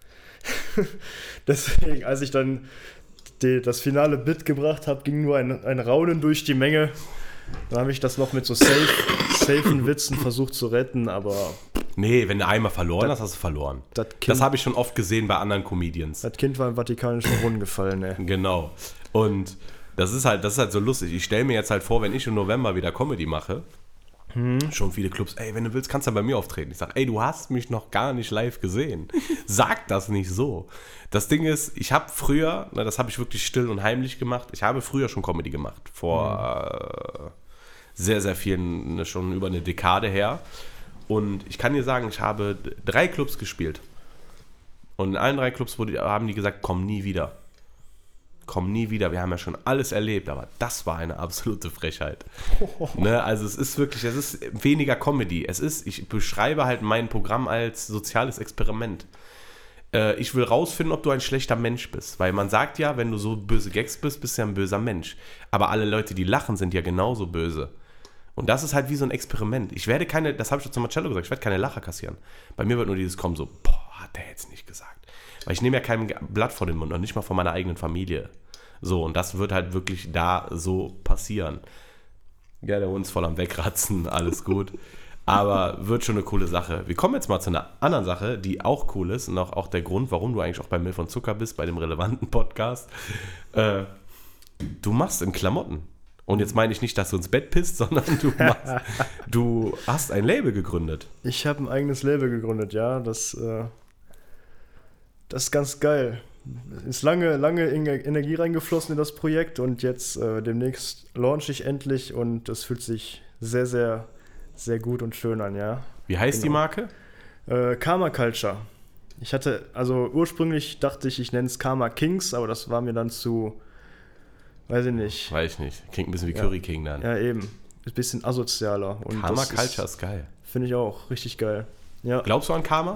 Deswegen, als ich dann die, das finale Bit gebracht habe, ging nur ein, ein Raunen durch die Menge. Dann habe ich das noch mit so safe, safen Witzen versucht zu retten, aber... Nee, wenn du einmal verloren hast, hast du verloren. Das, das habe ich schon oft gesehen bei anderen Comedians. Das Kind war im Vatikanischen Brunnen gefallen, ey. Genau. Und das ist halt, das ist halt so lustig. Ich stelle mir jetzt halt vor, wenn ich im November wieder Comedy mache, hm. schon viele Clubs, ey, wenn du willst, kannst du bei mir auftreten. Ich sage, ey, du hast mich noch gar nicht live gesehen. Sag das nicht so. Das Ding ist, ich habe früher, na, das habe ich wirklich still und heimlich gemacht, ich habe früher schon Comedy gemacht. Vor hm. äh, sehr, sehr vielen, schon über eine Dekade her. Und ich kann dir sagen, ich habe drei Clubs gespielt. Und in allen drei Clubs wurde, haben die gesagt, komm nie wieder. Komm nie wieder. Wir haben ja schon alles erlebt, aber das war eine absolute Frechheit. Oh. Ne, also es ist wirklich, es ist weniger Comedy. Es ist, ich beschreibe halt mein Programm als soziales Experiment. Äh, ich will rausfinden, ob du ein schlechter Mensch bist. Weil man sagt ja, wenn du so böse Gags bist, bist du ja ein böser Mensch. Aber alle Leute, die lachen, sind ja genauso böse. Und das ist halt wie so ein Experiment. Ich werde keine, das habe ich schon zu Marcello gesagt, ich werde keine Lacher kassieren. Bei mir wird nur dieses kommen so, boah, hat der jetzt nicht gesagt. Weil ich nehme ja kein Blatt vor den Mund, noch nicht mal von meiner eigenen Familie. So, und das wird halt wirklich da so passieren. Ja, der Hund ist voll am Wegratzen, alles gut. Aber wird schon eine coole Sache. Wir kommen jetzt mal zu einer anderen Sache, die auch cool ist und auch, auch der Grund, warum du eigentlich auch bei Milch und Zucker bist, bei dem relevanten Podcast. Äh, du machst in Klamotten. Und jetzt meine ich nicht, dass du ins Bett pisst, sondern du, machst, du hast ein Label gegründet. Ich habe ein eigenes Label gegründet, ja. Das, äh, das ist ganz geil. Ist lange, lange Energie reingeflossen in das Projekt und jetzt äh, demnächst launch ich endlich und das fühlt sich sehr, sehr, sehr gut und schön an, ja. Wie heißt genau. die Marke? Äh, Karma Culture. Ich hatte, also ursprünglich dachte ich, ich nenne es Karma Kings, aber das war mir dann zu... Weiß ich nicht. Weiß ich nicht. Klingt ein bisschen wie ja. Curry King dann. Ja, eben. Ist ein bisschen asozialer. Und Karma Culture ist, ist geil. Finde ich auch. Richtig geil. Ja. Glaubst du an Karma?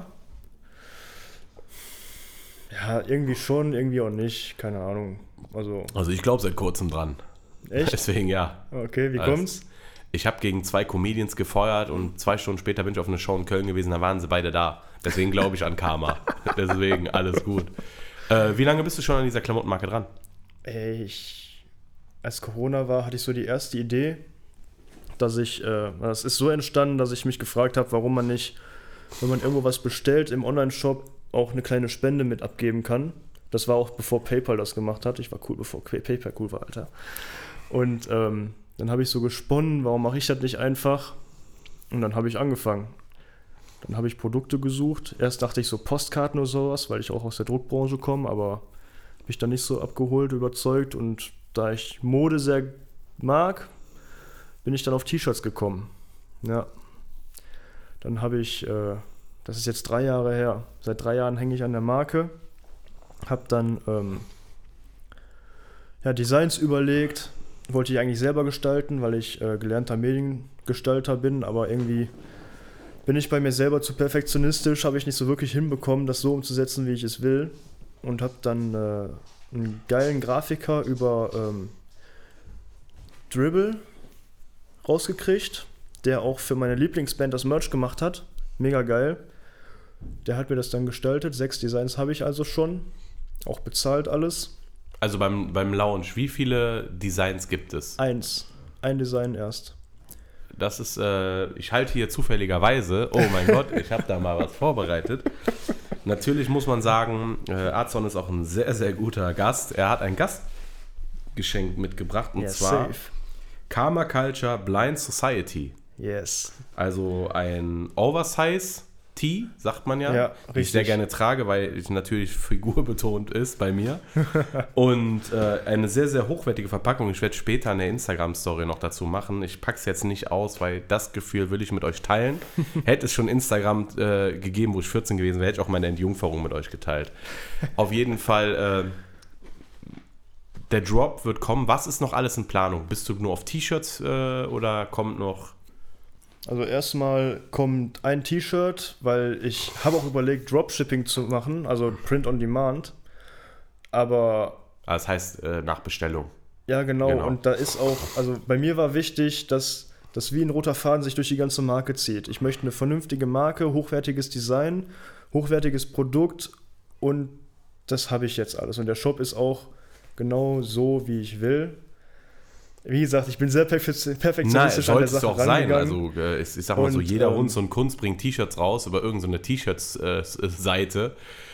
Ja, irgendwie schon, irgendwie auch nicht. Keine Ahnung. Also, also ich glaube seit kurzem dran. Echt? Deswegen ja. Okay, wie also, kommt's? Ich habe gegen zwei Comedians gefeuert und zwei Stunden später bin ich auf einer Show in Köln gewesen, da waren sie beide da. Deswegen glaube ich an Karma. Deswegen, alles gut. Äh, wie lange bist du schon an dieser Klamottenmarke dran? Ey, ich... Als Corona war, hatte ich so die erste Idee, dass ich, äh, das ist so entstanden, dass ich mich gefragt habe, warum man nicht, wenn man irgendwo was bestellt im Online-Shop, auch eine kleine Spende mit abgeben kann. Das war auch bevor PayPal das gemacht hat. Ich war cool, bevor PayPal cool war, Alter. Und ähm, dann habe ich so gesponnen, warum mache ich das nicht einfach? Und dann habe ich angefangen. Dann habe ich Produkte gesucht. Erst dachte ich so Postkarten oder sowas, weil ich auch aus der Druckbranche komme, aber mich dann nicht so abgeholt, überzeugt und da ich Mode sehr mag, bin ich dann auf T-Shirts gekommen. Ja. Dann habe ich, äh, das ist jetzt drei Jahre her, seit drei Jahren hänge ich an der Marke, habe dann ähm, ja, Designs überlegt, wollte ich eigentlich selber gestalten, weil ich äh, gelernter Mediengestalter bin, aber irgendwie bin ich bei mir selber zu perfektionistisch, habe ich nicht so wirklich hinbekommen, das so umzusetzen, wie ich es will und habe dann äh, einen geilen Grafiker über ähm, Dribble rausgekriegt, der auch für meine Lieblingsband das Merch gemacht hat. Mega geil. Der hat mir das dann gestaltet. Sechs Designs habe ich also schon. Auch bezahlt alles. Also beim, beim Lounge, wie viele Designs gibt es? Eins. Ein Design erst. Das ist, äh, ich halte hier zufälligerweise, oh mein Gott, ich habe da mal was vorbereitet. Natürlich muss man sagen, äh, Azon ist auch ein sehr, sehr guter Gast. Er hat ein Gastgeschenk mitgebracht und yes, zwar safe. Karma Culture Blind Society. Yes. Also ein Oversize Tee, sagt man ja, Ja, die ich richtig. sehr gerne trage, weil es natürlich figurbetont ist bei mir. Und äh, eine sehr, sehr hochwertige Verpackung. Ich werde später eine Instagram-Story noch dazu machen. Ich packe es jetzt nicht aus, weil das Gefühl will ich mit euch teilen. Hätte es schon Instagram äh, gegeben, wo ich vierzehn gewesen wäre, hätte ich auch meine Entjungferung mit euch geteilt. Auf jeden Fall, äh, der Drop wird kommen. Was ist noch alles in Planung? Bist du nur auf T-Shirts äh, oder kommt noch... Also erstmal kommt ein T-Shirt, weil ich habe auch überlegt, Dropshipping zu machen, also Print on Demand. Aber Das heißt äh, nach Bestellung. ja, genau. Genau. Und da ist auch, also bei mir war wichtig, dass das wie ein roter Faden sich durch die ganze Marke zieht. Ich möchte eine vernünftige Marke, hochwertiges Design, hochwertiges Produkt und das habe ich jetzt alles. Und der Shop ist auch genau so, wie ich will. Wie gesagt, ich bin sehr perfektionistisch Nein, an der sollte es Sache auch sein. rangegangen. Also äh, ich, ich sag mal so, Und, jeder ähm, Hunds und Kunst bringt T-Shirts raus über irgendeine T-Shirts-Seite.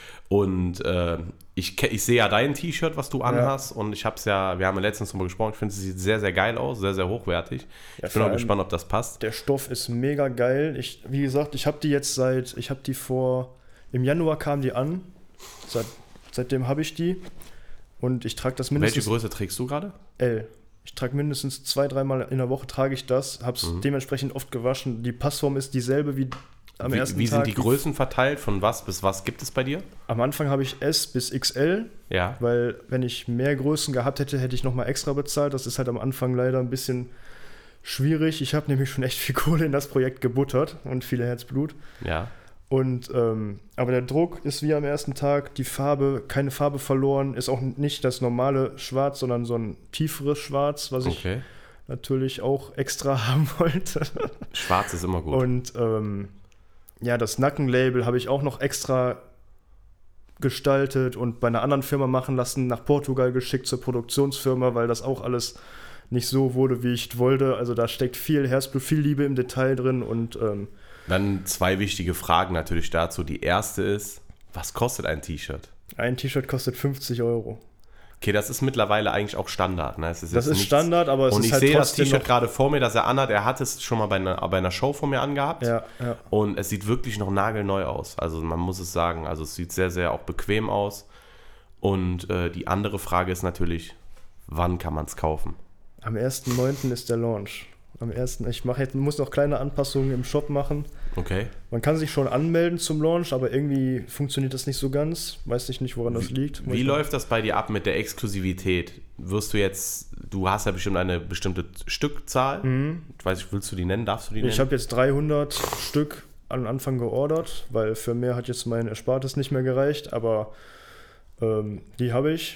Und äh, ich, ke- ich sehe ja dein T-Shirt, was du anhast. Und ich habe es ja, wir haben ja letztens drüber gesprochen, ich finde, es sieht sehr, sehr geil aus, sehr, sehr hochwertig. Ja, ich bin vor auch allem gespannt, ob das passt. Der Stoff ist mega geil. Ich, wie gesagt, ich habe die jetzt seit, ich habe die vor, im Januar kam die an. Seit, seitdem habe ich die. Und ich trage das Welche mindestens Größe trägst du gerade? L. Ich trage mindestens zwei, dreimal in der Woche trage ich das. Habe es Mhm. dementsprechend oft gewaschen. Die Passform ist dieselbe wie am Wie, ersten wie Tag. sind die Größen verteilt? Von was bis was gibt es bei dir? Am Anfang habe ich S bis X L, Ja. weil wenn ich mehr Größen gehabt hätte, hätte ich nochmal extra bezahlt. Das ist halt am Anfang leider ein bisschen schwierig. Ich habe nämlich schon echt viel Kohle in das Projekt gebuttert und viel Herzblut. Ja. Und, ähm, aber der Druck ist wie am ersten Tag, die Farbe, keine Farbe verloren, ist auch nicht das normale Schwarz, sondern so ein tieferes Schwarz, was ich Okay. natürlich auch extra haben wollte. Schwarz ist immer gut. Und ähm, ja, das Nackenlabel habe ich auch noch extra gestaltet und bei einer anderen Firma machen lassen, nach Portugal geschickt zur Produktionsfirma, weil das auch alles nicht so wurde, wie ich wollte. Also da steckt viel Herzblut, viel Liebe im Detail drin und ähm, Dann zwei wichtige Fragen natürlich dazu. Die erste ist, was kostet ein T-Shirt? ein T-Shirt kostet fünfzig Euro. Okay, das ist mittlerweile eigentlich auch Standard. Ne? Es ist Das jetzt ist nichts- Standard, aber es Und ist ich halt sehe das trotzdem T-Shirt noch... gerade vor mir, das er anhat. Er hat es schon mal bei einer, bei einer Show von mir angehabt. Ja, ja. Und es sieht wirklich noch nagelneu aus. Also man muss es sagen. Also es sieht sehr, sehr auch bequem aus. Und äh, die andere Frage ist natürlich, wann kann man es kaufen? Am ersten neunten ist der Launch. Am ersten Ich mache jetzt, muss noch kleine Anpassungen im Shop machen. Okay. Man kann sich schon anmelden zum Launch, aber irgendwie funktioniert das nicht so ganz. Weiß ich nicht, woran das liegt. Muss Wie ich- läuft das bei dir ab mit der Exklusivität? Wirst du jetzt, du hast ja bestimmt eine bestimmte Stückzahl. Mhm. Ich weiß nicht, willst du die nennen? Darfst du die nennen? Ich habe jetzt dreihundert Stück am Anfang geordert, weil für mehr hat jetzt mein Erspartes nicht mehr gereicht, aber ähm, die habe ich.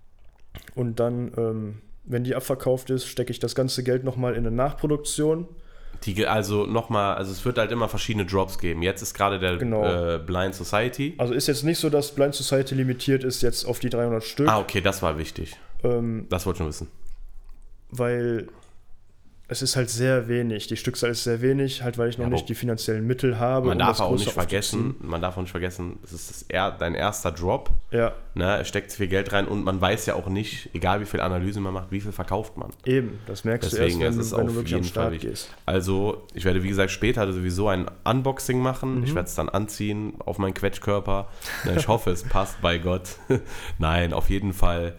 Und dann, ähm, wenn die abverkauft ist, stecke ich das ganze Geld nochmal in eine Nachproduktion. Die, also nochmal, also es wird halt immer verschiedene Drops geben. Jetzt ist gerade der Genau. äh, Blind Society. Also ist jetzt nicht so, dass Blind Society limitiert ist jetzt auf die dreihundert Stück, Ah, okay, das war wichtig. ähm, Das wollte ich schon wissen. weil es ist halt sehr wenig. Die Stückzahl ist sehr wenig, halt weil ich noch Ja, aber nicht die finanziellen Mittel habe. Man um darf das auch Große nicht vergessen, aufzuziehen. man darf auch nicht vergessen, es ist das er, dein erster Drop. Ja, Ne? Es steckt viel Geld rein und man weiß ja auch nicht, egal wie viel Analyse man macht, wie viel verkauft man. eben. Das merkst Deswegen du ist erst, es wenn, du- wenn auf du wirklich am jeden Fall Start wichtig. gehst. Also, ich werde, wie gesagt, später sowieso ein Unboxing machen. Mhm. Ich werde es dann anziehen auf meinen Quetschkörper. Ne, Ich hoffe, es passt bei Gott. Nein, auf jeden Fall.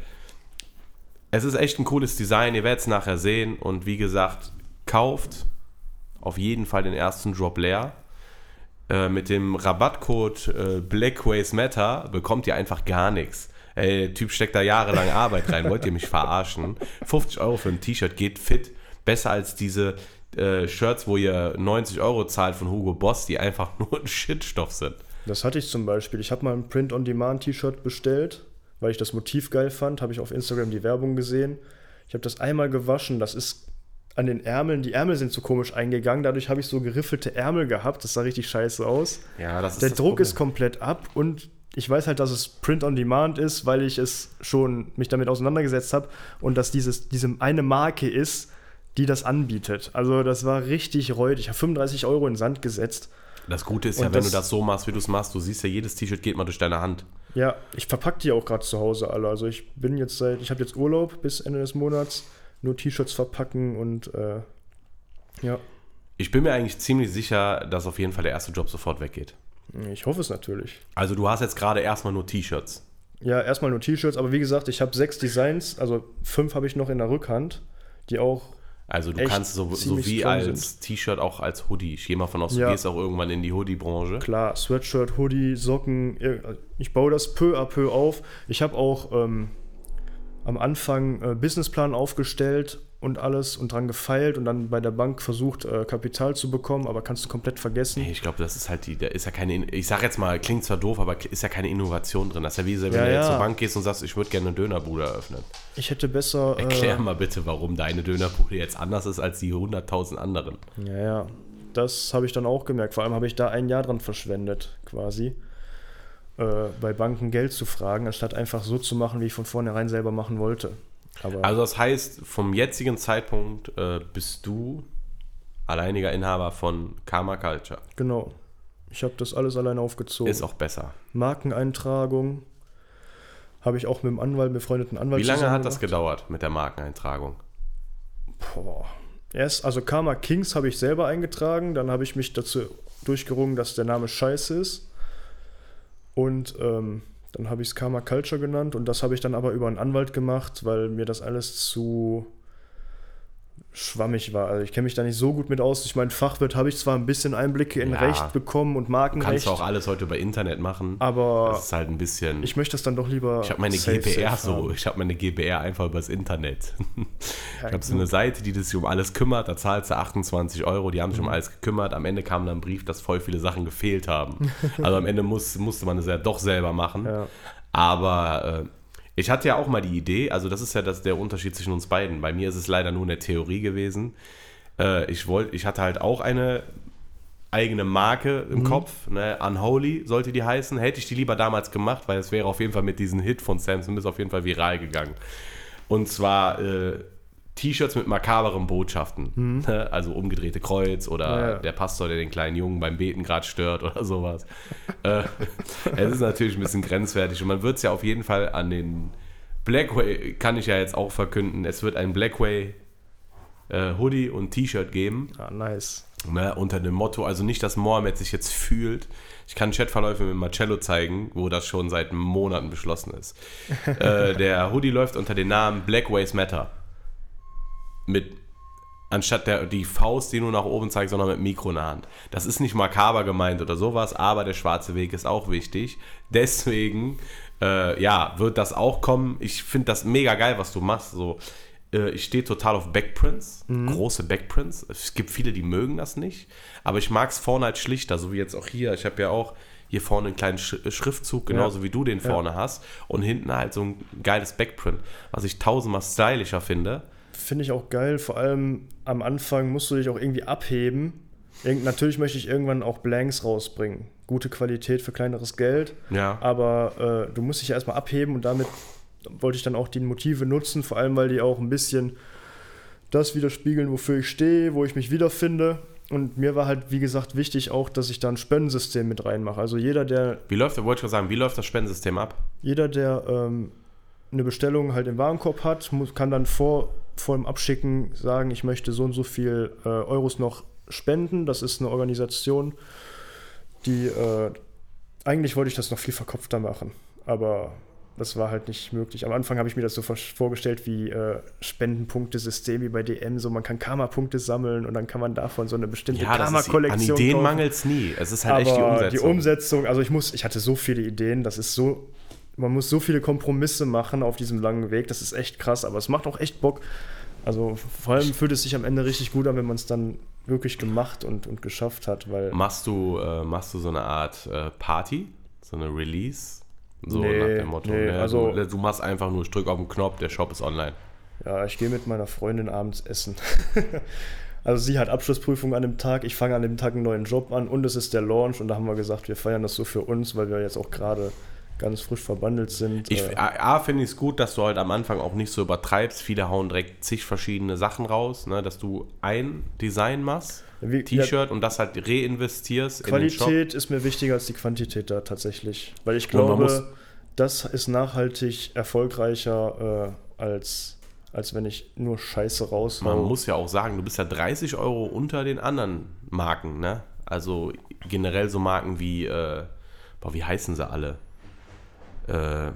Es ist echt ein cooles Design. Ihr werdet es nachher sehen. Und wie gesagt, kauft auf jeden Fall den ersten Drop leer. Äh, mit dem Rabattcode äh, Blackways Matter bekommt ihr einfach gar nichts. Ey, der Typ steckt da jahrelang Arbeit rein. Wollt ihr mich verarschen? fünfzig Euro für ein T-Shirt geht fit. Besser als diese äh, Shirts, wo ihr neunzig Euro zahlt von Hugo Boss, die einfach nur ein Shitstoff sind. Das hatte ich zum Beispiel. Ich habe mal ein Print-on-Demand-T-Shirt bestellt, weil ich das Motiv geil fand. Habe ich auf Instagram die Werbung gesehen. Ich habe das einmal gewaschen. Das ist an den Ärmeln, die Ärmel sind so komisch eingegangen. Dadurch habe ich so geriffelte Ärmel gehabt. Das sah richtig scheiße aus. Ja, das ist Der das Druck Problem. ist komplett ab und ich weiß halt, dass es Print-on-Demand ist, weil ich es schon mich damit auseinandergesetzt habe und dass dieses diese eine Marke ist, die das anbietet. Also das war richtig räudig. Ich habe fünfunddreißig Euro in den Sand gesetzt. Das Gute ist Und ja, wenn das- du das so machst, wie du es machst, du siehst ja, jedes T-Shirt geht mal durch deine Hand. Ja, ich verpacke die auch gerade zu Hause alle. Also ich bin jetzt seit, ich habe jetzt Urlaub bis Ende des Monats, nur T-Shirts verpacken und äh, ja. Ich bin mir eigentlich ziemlich sicher, dass auf jeden Fall der erste Job sofort weggeht. Ich hoffe es natürlich. Also du hast jetzt gerade erstmal nur T-Shirts. Ja, erstmal nur T-Shirts, aber wie gesagt, ich habe sechs Designs, also fünf habe ich noch in der Rückhand, die auch Also du kannst so, so wie als T-Shirt auch als Hoodie. Ich gehe mal von aus, du ja. gehst auch irgendwann in die Hoodie-Branche. Klar, Sweatshirt, Hoodie, Socken, ich baue das peu à peu auf. Ich habe auch ähm, am Anfang äh, Businessplan aufgestellt und alles und dran gefeilt und dann bei der Bank versucht, äh, Kapital zu bekommen, aber kannst du komplett vergessen. Nee, ich glaube, das ist halt die, da ist ja keine, ich sag jetzt mal, klingt zwar doof, aber ist ja keine Innovation drin. Das ist ja wie, wenn ja, du jetzt ja. zur Bank gehst und sagst, ich würde gerne eine Dönerbude eröffnen. Ich hätte besser... Erklär äh, mal bitte, warum deine Dönerbude jetzt anders ist als die hunderttausend anderen. Ja, ja, das habe ich dann auch gemerkt. Vor allem habe ich da ein Jahr dran verschwendet, quasi, äh, bei Banken Geld zu fragen, anstatt einfach so zu machen, wie ich von vornherein selber machen wollte. Aber also das heißt, vom jetzigen Zeitpunkt äh, bist du alleiniger Inhaber von Karma Culture. Genau. Ich habe das alles alleine aufgezogen. Ist auch besser. Markeneintragung habe ich auch mit dem Anwalt, mit befreundeten Anwalt Wie lange zusammen hat das gemacht. gedauert mit der Markeneintragung? Boah. Erst, also Karma Kings habe ich selber eingetragen, dann habe ich mich dazu durchgerungen, dass der Name scheiße ist. Und ähm, dann habe ich es Karma Culture genannt und das habe ich dann aber über einen Anwalt gemacht, weil mir das alles zu schwammig war. Also ich kenne mich da nicht so gut mit aus. Ich meine, Fachwirt habe ich zwar ein bisschen Einblicke in Ja. Recht bekommen und Du Markenrecht. kannst auch alles heute über Internet machen. Aber das ist halt ein bisschen... ich möchte das dann doch lieber Ich habe meine safe, G B R safe so, haben. ich habe meine G B R einfach übers Internet. Ja, Ich habe so eine Seite, die sich um alles kümmert, da zahlst du achtundzwanzig Euro, die haben sich um alles gekümmert. Am Ende kam dann ein Brief, dass voll viele Sachen gefehlt haben. Also am Ende muss, musste man es ja doch selber machen. Ja. Aber äh, ich hatte ja auch mal die Idee, also das ist ja das, der Unterschied zwischen uns beiden. Bei mir ist es leider nur eine Theorie gewesen. Äh, ich, wollt, ich hatte halt auch eine eigene Marke im mhm. Kopf, ne? Unholy sollte die heißen. Hätte ich die lieber damals gemacht, weil es wäre auf jeden Fall mit diesem Hit von Sam Smith auf jeden Fall viral gegangen. Und zwar äh, T-Shirts mit makaberen Botschaften. Mhm. Ne? Also umgedrehte Kreuz oder ja. der Pastor, der den kleinen Jungen beim Beten gerade stört oder sowas. äh, es ist natürlich ein bisschen grenzwertig und man wird es ja auf jeden Fall an den Blackway, kann ich ja jetzt auch verkünden, es wird ein Blackway äh, Hoodie und T-Shirt geben. Ah, nice. Ne, unter dem Motto, also nicht, dass Mohammed sich jetzt fühlt. Ich kann Chatverläufe mit Marcello zeigen, wo das schon seit Monaten beschlossen ist. äh, der Hoodie läuft unter dem Namen Black Ways Matter. Mit, anstatt der, die Faust, die nur nach oben zeigt, sondern mit Mikro in der Hand. Das ist nicht makaber gemeint oder sowas, aber der schwarze Weg ist auch wichtig. Deswegen, äh, ja, wird das auch kommen. Ich finde das mega geil, was du machst. So, äh, ich stehe total auf Backprints, mhm. große Backprints. Es gibt viele, die mögen das nicht, aber ich mag es vorne halt schlichter, so wie jetzt auch hier. Ich habe ja auch hier vorne einen kleinen Sch- Schriftzug, genauso ja. wie du den vorne ja. hast. Und hinten halt so ein geiles Backprint, was ich tausendmal stylischer finde. Finde ich auch geil, vor allem am Anfang musst du dich auch irgendwie abheben. Irgend, natürlich möchte ich irgendwann auch Blanks rausbringen. Gute Qualität für kleineres Geld. Ja. Aber äh, du musst dich ja erstmal abheben und damit wollte ich dann auch die Motive nutzen, vor allem weil die auch ein bisschen das widerspiegeln, wofür ich stehe, wo ich mich wiederfinde. Und mir war halt, wie gesagt, wichtig auch, dass ich da ein Spendensystem mit reinmache. Also jeder, der... Wie läuft, wollte ich gerade sagen, wie läuft das Spendensystem ab? Jeder, der ähm, eine Bestellung halt im Warenkorb hat, muss, kann dann vor... vor dem Abschicken sagen, ich möchte so und so viel äh, Euros noch spenden. Das ist eine Organisation, die äh, eigentlich wollte ich das noch viel verkopfter machen, aber das war halt nicht möglich. Am Anfang habe ich mir das so vorgestellt wie äh, Spendenpunktesystem wie bei D M, so man kann Karma-Punkte sammeln und dann kann man davon so eine bestimmte ja, Karma-Kollektion kaufen. An Ideen kaufen. mangelt es nie. Es ist halt aber echt die Umsetzung. Die Umsetzung, also ich muss, ich hatte so viele Ideen, das ist so, man muss so viele Kompromisse machen auf diesem langen Weg, das ist echt krass, aber es macht auch echt Bock. Also vor allem fühlt es sich am Ende richtig gut an, wenn man es dann wirklich gemacht und, und geschafft hat. Weil machst du, äh, machst du so eine Art äh, Party, so eine Release? So nee, nach dem Motto, nee, ne? also, du, du machst einfach nur, ich drück auf den Knopf, der Shop ist online. Ja, ich gehe mit meiner Freundin abends essen. Also sie hat Abschlussprüfung an dem Tag, ich fange an dem Tag einen neuen Job an und es ist der Launch und da haben wir gesagt, wir feiern das so für uns, weil wir jetzt auch gerade ganz frisch verbandelt sind. Ich, A, A finde ich es gut, dass du halt am Anfang auch nicht so übertreibst. Viele hauen direkt zig verschiedene Sachen raus, ne? Dass du ein Design machst, Wie, T-Shirt, ja, und das halt reinvestierst Qualität in den Shop. Ist mir wichtiger als die Quantität da tatsächlich. Weil ich glaube, das ist nachhaltig erfolgreicher äh, als, als wenn ich nur Scheiße raushau. Man muss ja auch sagen, du bist ja dreißig Euro unter den anderen Marken, ne? Also generell so Marken wie, äh, boah, wie heißen sie alle? Äh,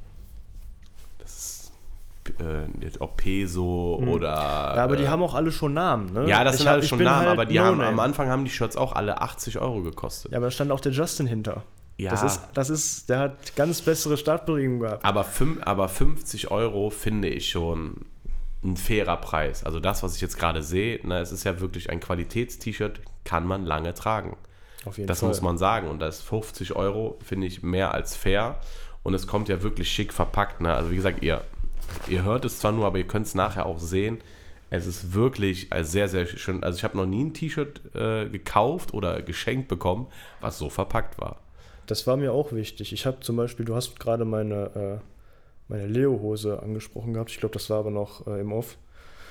das ist äh, ob Peso hm. oder... Ja, aber die äh, haben auch alle schon Namen, ne? Ja, das ich sind hab, alle schon Namen, halt aber die no haben, am Anfang haben die Shirts auch alle achtzig Euro gekostet. Ja, aber da stand auch der Justin hinter. Ja. Das ist, das ist, der hat ganz bessere Startbedingungen gehabt. Aber, fünf, aber fünfzig Euro finde ich schon ein fairer Preis. Also das, was ich jetzt gerade sehe, na, es ist ja wirklich ein Qualitäts-T-Shirt, kann man lange tragen. Auf jeden das Fall. muss man sagen. Und das fünfzig Euro finde ich mehr als fair. Und es kommt ja wirklich schick verpackt. Ne? Also wie gesagt, ihr, ihr hört es zwar nur, aber ihr könnt es nachher auch sehen. Es ist wirklich sehr, sehr schön. Also ich habe noch nie ein T-Shirt äh, gekauft oder geschenkt bekommen, was so verpackt war. Das war mir auch wichtig. Ich habe zum Beispiel, du hast gerade meine, äh, meine Leo-Hose angesprochen gehabt. Ich glaube, das war aber noch äh, im Off.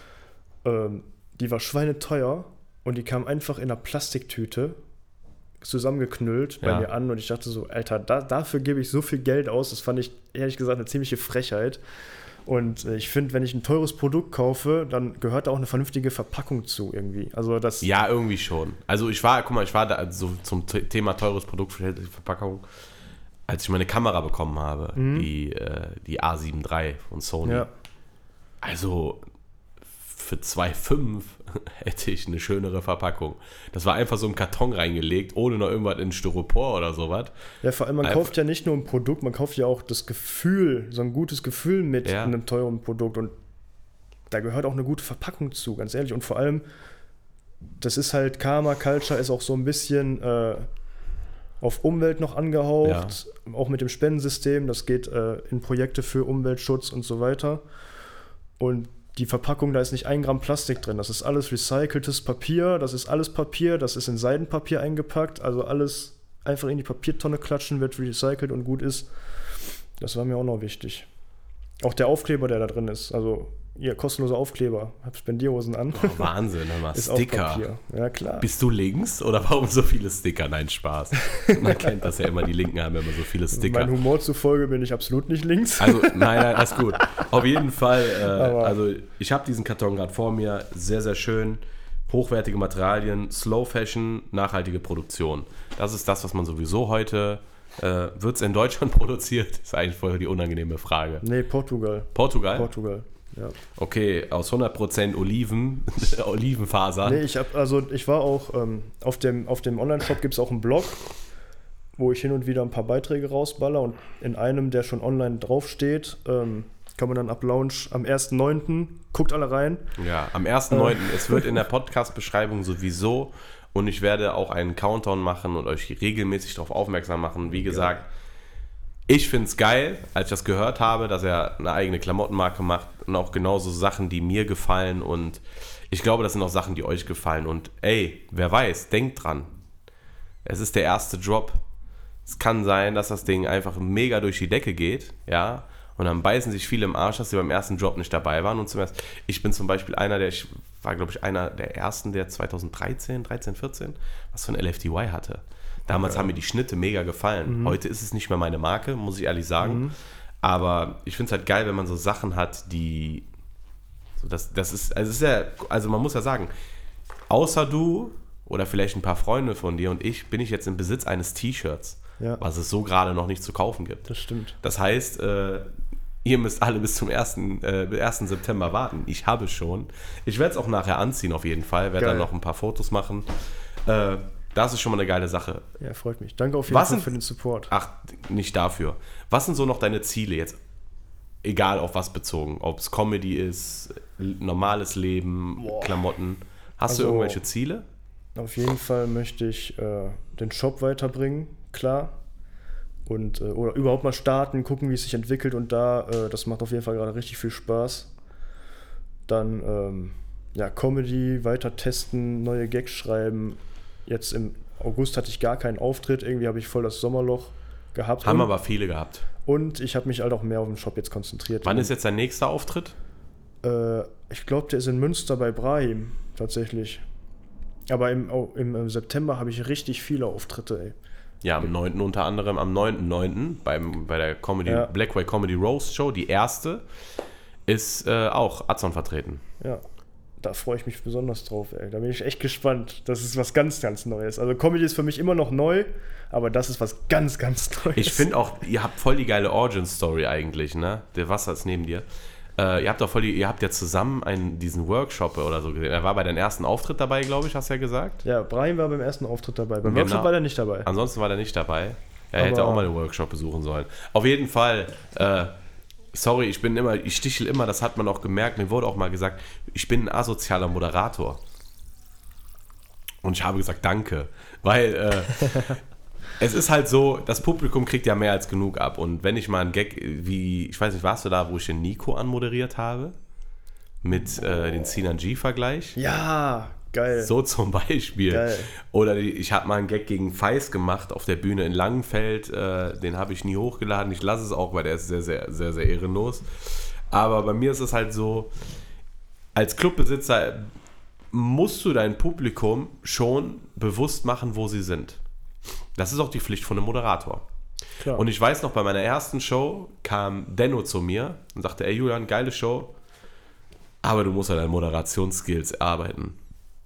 Ähm, die war schweineteuer und die kam einfach in einer Plastiktüte zusammengeknüllt bei ja. mir an. Und ich dachte so, Alter, da, dafür gebe ich so viel Geld aus. Das fand ich ehrlich gesagt eine ziemliche Frechheit. Und ich finde, wenn ich ein teures Produkt kaufe, dann gehört da auch eine vernünftige Verpackung zu irgendwie. Also das ja, irgendwie schon. Also ich war, guck mal, ich war da so zum Thema teures Produkt, Verpackung, als ich meine Kamera bekommen habe, mhm. die, äh, die A sieben drei von Sony. Ja. Also für zwei Komma fünf hätte ich eine schönere Verpackung. Das war einfach so im Karton reingelegt, ohne noch irgendwas in Styropor oder sowas. Ja, vor allem, man einfach kauft ja nicht nur ein Produkt, man kauft ja auch das Gefühl, so ein gutes Gefühl mit ja. einem teuren Produkt. Und da gehört auch eine gute Verpackung zu, ganz ehrlich. Und vor allem, das ist halt, Karma Culture ist auch so ein bisschen äh, auf Umwelt noch angehaucht, ja. auch mit dem Spendensystem. Das geht äh, in Projekte für Umweltschutz und so weiter. Und die Verpackung, da ist nicht ein Gramm Plastik drin. Das ist alles recyceltes Papier. Das ist alles Papier. Das ist in Seidenpapier eingepackt. Also alles einfach in die Papiertonne klatschen, wird recycelt und gut ist. Das war mir auch noch wichtig. Auch der Aufkleber, der da drin ist. Also, ihr kostenloser Aufkleber. Hab Spendierhosen an. Oh, Wahnsinn, hör mal. Ist Sticker. Auch Papier. Ja, klar. Bist du links oder warum so viele Sticker? Nein, Spaß. Man kennt das ja immer, die Linken haben immer so viele Sticker. Mein Humor zufolge bin ich absolut nicht links. Also, nein, nein, alles gut. Auf jeden Fall, äh, also ich habe diesen Karton gerade vor mir. Sehr, sehr schön. Hochwertige Materialien, Slow Fashion, nachhaltige Produktion. Das ist das, was man sowieso heute... Äh, wird es in Deutschland produziert? Das ist eigentlich voll die unangenehme Frage. Nee, Portugal. Portugal? Portugal, ja. Okay, aus hundert Prozent Oliven, Olivenfaser. Nee, ich hab, also ich war auch, ähm, auf dem, auf dem Online-Shop gibt es auch einen Blog, wo ich hin und wieder ein paar Beiträge rausballer und in einem, der schon online draufsteht, ähm, kann man dann ab Launch am ersten neunten guckt alle rein. Ja, am ersten neunten Es wird in der Podcast-Beschreibung sowieso und ich werde auch einen Countdown machen und euch regelmäßig darauf aufmerksam machen. Wie gesagt, ja. Ich finde es geil, als ich das gehört habe, dass er eine eigene Klamottenmarke macht und auch genauso Sachen, die mir gefallen und ich glaube, das sind auch Sachen, die euch gefallen und ey, wer weiß, denkt dran. Es ist der erste Drop. Es kann sein, dass das Ding einfach mega durch die Decke geht, ja, und dann beißen sich viele im Arsch, dass sie beim ersten Drop nicht dabei waren und zum ersten, ich bin zum Beispiel einer, der, ich war glaube ich einer der ersten, der zwanzig dreizehn, dreizehn, vierzehn was für ein L F D Y hatte. Damals okay. haben mir die Schnitte mega gefallen. Mhm. Heute ist es nicht mehr meine Marke, muss ich ehrlich sagen. Mhm. Aber ich finde es halt geil, wenn man so Sachen hat, die so das, das ist, also, es ist ja, also man muss ja sagen, außer du oder vielleicht ein paar Freunde von dir und ich, bin ich jetzt im Besitz eines T-Shirts, ja. was es so gerade noch nicht zu kaufen gibt. Das stimmt. Das heißt, äh, ihr müsst alle bis zum ersten, äh, ersten September warten. Ich habe es schon. Ich werde es auch nachher anziehen auf jeden Fall. Werde dann noch ein paar Fotos machen. Äh, das ist schon mal eine geile Sache. Ja, freut mich. Danke auf jeden was Fall sind, für den Support. Ach, nicht dafür. Was sind so noch deine Ziele jetzt? Egal auf was bezogen. Ob es Comedy ist, normales Leben, Boah. Klamotten. Hast also, du irgendwelche Ziele? Auf jeden Fall möchte ich äh, den Shop weiterbringen, klar. Und, äh, oder überhaupt mal starten, gucken, wie es sich entwickelt und da, äh, das macht auf jeden Fall gerade richtig viel Spaß. Dann, ähm, ja, Comedy weiter testen, neue Gags schreiben. Jetzt im August hatte ich gar keinen Auftritt, irgendwie habe ich voll das Sommerloch gehabt. Haben und, aber viele gehabt. Und ich habe mich halt auch mehr auf den Shop jetzt konzentriert. Wann ist jetzt dein nächster Auftritt? Äh, ich glaube, der ist in Münster bei Brahim, tatsächlich. Aber im, im, im September habe ich richtig viele Auftritte, ey. Ja, am neunten unter anderem, am neunten neunten beim bei der Comedy ja. Blackway Comedy Roast Show, die erste, ist äh, auch Azon vertreten. Ja. da freue ich mich besonders drauf, ey. Da bin ich echt gespannt. Das ist was ganz, ganz Neues. Also Comedy ist für mich immer noch neu, aber das ist was ganz, ganz Neues. Ich finde auch, ihr habt voll die geile Origin-Story eigentlich, ne? Der Wasser ist neben dir. Äh, ihr habt doch voll die, ihr habt ja zusammen einen, diesen Workshop oder so gesehen. Er war bei deinem ersten Auftritt dabei, glaube ich, hast du ja gesagt. Ja, Brahim war beim ersten Auftritt dabei. Beim Genau. Workshop war er nicht dabei. Ansonsten war er nicht dabei. Er Aber hätte auch mal den Workshop besuchen sollen. Auf jeden Fall, äh, sorry, ich bin immer, ich stichel immer, das hat man auch gemerkt, mir wurde auch mal gesagt, ich bin ein asozialer Moderator. Und ich habe gesagt, danke. Weil äh, es ist halt so, das Publikum kriegt ja mehr als genug ab. Und wenn ich mal einen Gag, wie, ich weiß nicht, warst du da, wo ich den Nico anmoderiert habe? Mit äh, dem Sinan G-Vergleich? Ja, geil. So zum Beispiel. Geil. Oder die, ich habe mal einen Gag gegen Feist gemacht auf der Bühne in Langenfeld. Äh, den habe ich nie hochgeladen. Ich lasse es auch, weil der ist sehr, sehr, sehr, sehr ehrenlos. Aber bei mir ist es halt so, als Clubbesitzer musst du dein Publikum schon bewusst machen, wo sie sind. Das ist auch die Pflicht von einem Moderator. Klar. Und ich weiß noch, bei meiner ersten Show kam Denno zu mir und sagte, ey Julian, geile Show, aber du musst an deinen Moderationsskills arbeiten.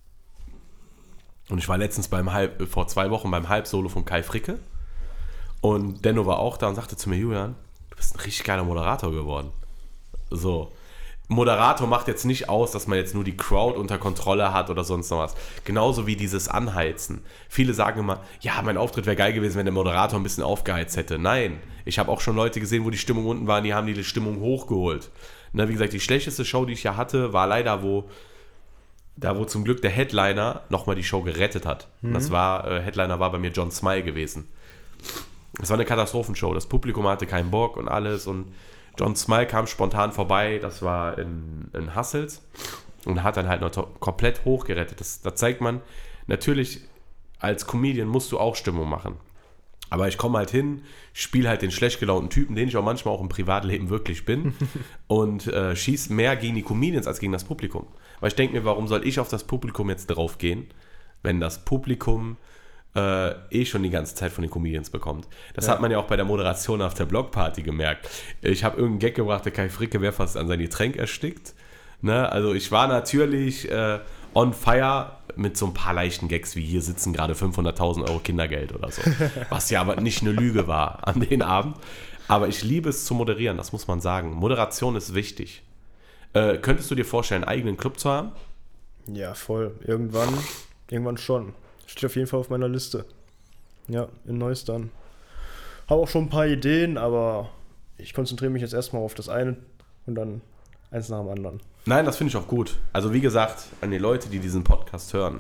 Und ich war letztens beim Halb, vor zwei Wochen beim Halbsolo von Kai Fricke und Denno war auch da und sagte zu mir, Julian, du bist ein richtig geiler Moderator geworden. So. Moderator macht jetzt nicht aus, dass man jetzt nur die Crowd unter Kontrolle hat oder sonst noch was. Genauso wie dieses Anheizen. Viele sagen immer, ja, mein Auftritt wäre geil gewesen, wenn der Moderator ein bisschen aufgeheizt hätte. Nein, ich habe auch schon Leute gesehen, wo die Stimmung unten war, die haben die Stimmung hochgeholt. Na, wie gesagt, die schlechteste Show, die ich ja hatte, war leider, wo da wo zum Glück der Headliner nochmal die Show gerettet hat. Mhm. Das war, äh, Headliner war bei mir John Smile gewesen. Das war eine Katastrophenshow. Das Publikum hatte keinen Bock und alles und John Smile kam spontan vorbei, das war in, in Hassels und hat dann halt noch to- komplett hochgerettet. Das, das zeigt man, natürlich als Comedian musst du auch Stimmung machen. Aber ich komme halt hin, spiele halt den schlecht gelaunten Typen, den ich auch manchmal auch im Privatleben wirklich bin und äh, schieße mehr gegen die Comedians als gegen das Publikum. Weil ich denke mir, warum soll ich auf das Publikum jetzt drauf gehen, wenn das Publikum Äh, eh schon die ganze Zeit von den Comedians bekommt. Das ja. hat man ja auch bei der Moderation auf der Blockparty gemerkt. Ich habe irgendeinen Gag gebracht, der Kai Fricke wäre fast an sein Getränk erstickt. Ne? Also ich war natürlich äh, on fire mit so ein paar leichten Gags, wie hier sitzen gerade fünfhunderttausend Euro Kindergeld oder so. Was ja aber nicht eine Lüge war an den Abend. Aber ich liebe es zu moderieren, das muss man sagen. Moderation ist wichtig. Äh, könntest du dir vorstellen, einen eigenen Club zu haben? Ja, voll. Irgendwann, irgendwann schon. Steht auf jeden Fall auf meiner Liste. Ja, in Neuss dann. Habe auch schon ein paar Ideen, aber ich konzentriere mich jetzt erstmal auf das eine und dann eins nach dem anderen. Nein, das finde ich auch gut. Also wie gesagt, an die Leute, die diesen Podcast hören.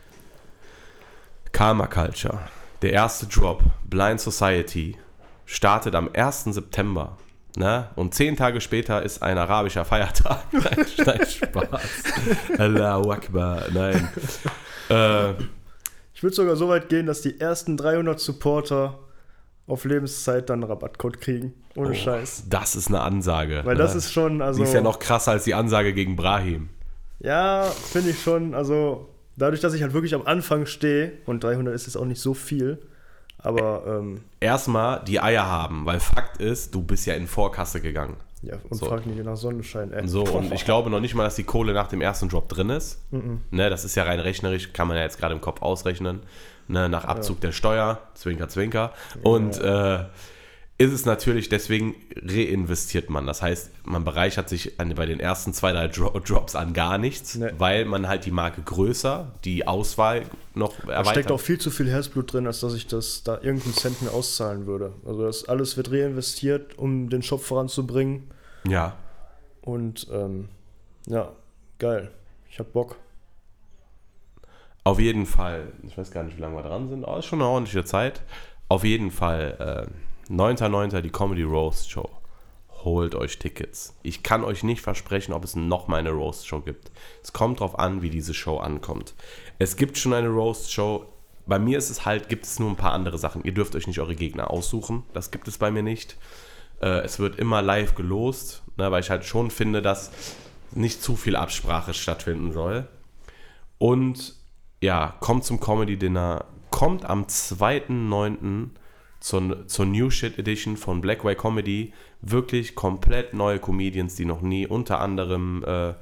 Karma Culture, der erste Drop, Blind Society, startet am ersten September. Ne? Und zehn Tage später ist ein arabischer Feiertag. Nein, nein, Spaß. Allahu Akbar, nein. Äh, Ich würde sogar so weit gehen, dass die ersten dreihundert Supporter auf Lebenszeit dann einen Rabattcode kriegen. Ohne oh, Scheiß. Das ist eine Ansage. Weil ne? das ist schon, also... Die ist ja noch krasser als die Ansage gegen Brahim. Ja, finde ich schon. Also dadurch, dass ich halt wirklich am Anfang stehe und dreihundert ist jetzt auch nicht so viel, aber... Ähm, Erstmal die Eier haben, weil Fakt ist, du bist ja in Vorkasse gegangen. Ja, und so. frag nicht nach Sonnenschein. Ey. So, und ich glaube noch nicht mal, dass die Kohle nach dem ersten Drop drin ist. Mhm. Ne, das ist ja rein rechnerisch, kann man ja jetzt gerade im Kopf ausrechnen. Ne, nach Abzug ja. der Steuer, Zwinker, Zwinker. Ja. Und äh, ist es natürlich, deswegen reinvestiert man. Das heißt, man bereichert sich an, bei den ersten zwei, drei Dro- Drops an gar nichts, nee. weil man halt die Marke größer, die Auswahl noch erweitert. Da steckt auch viel zu viel Herzblut drin, als dass ich das da irgendeinen Cent mehr auszahlen würde. Also das alles wird reinvestiert, um den Shop voranzubringen. Ja. Und ähm, ja, geil. Ich hab Bock. Auf jeden Fall, ich weiß gar nicht, wie lange wir dran sind, aber ist schon eine ordentliche Zeit. Auf jeden Fall, äh, neunter neunter die Comedy Roast Show. Holt euch Tickets. Ich kann euch nicht versprechen, ob es noch mal eine Roast Show gibt. Es kommt drauf an, wie diese Show ankommt. Es gibt schon eine Roast Show. Bei mir ist es halt, gibt es nur ein paar andere Sachen. Ihr dürft euch nicht eure Gegner aussuchen. Das gibt es bei mir nicht. Äh, es wird immer live gelost, ne, weil ich halt schon finde, dass nicht zu viel Absprache stattfinden soll. Und ja, kommt zum Comedy Dinner. Kommt am zweiten neunten zur, zur New Shit Edition von Black Way Comedy. Wirklich komplett neue Comedians, die noch nie, unter anderem äh,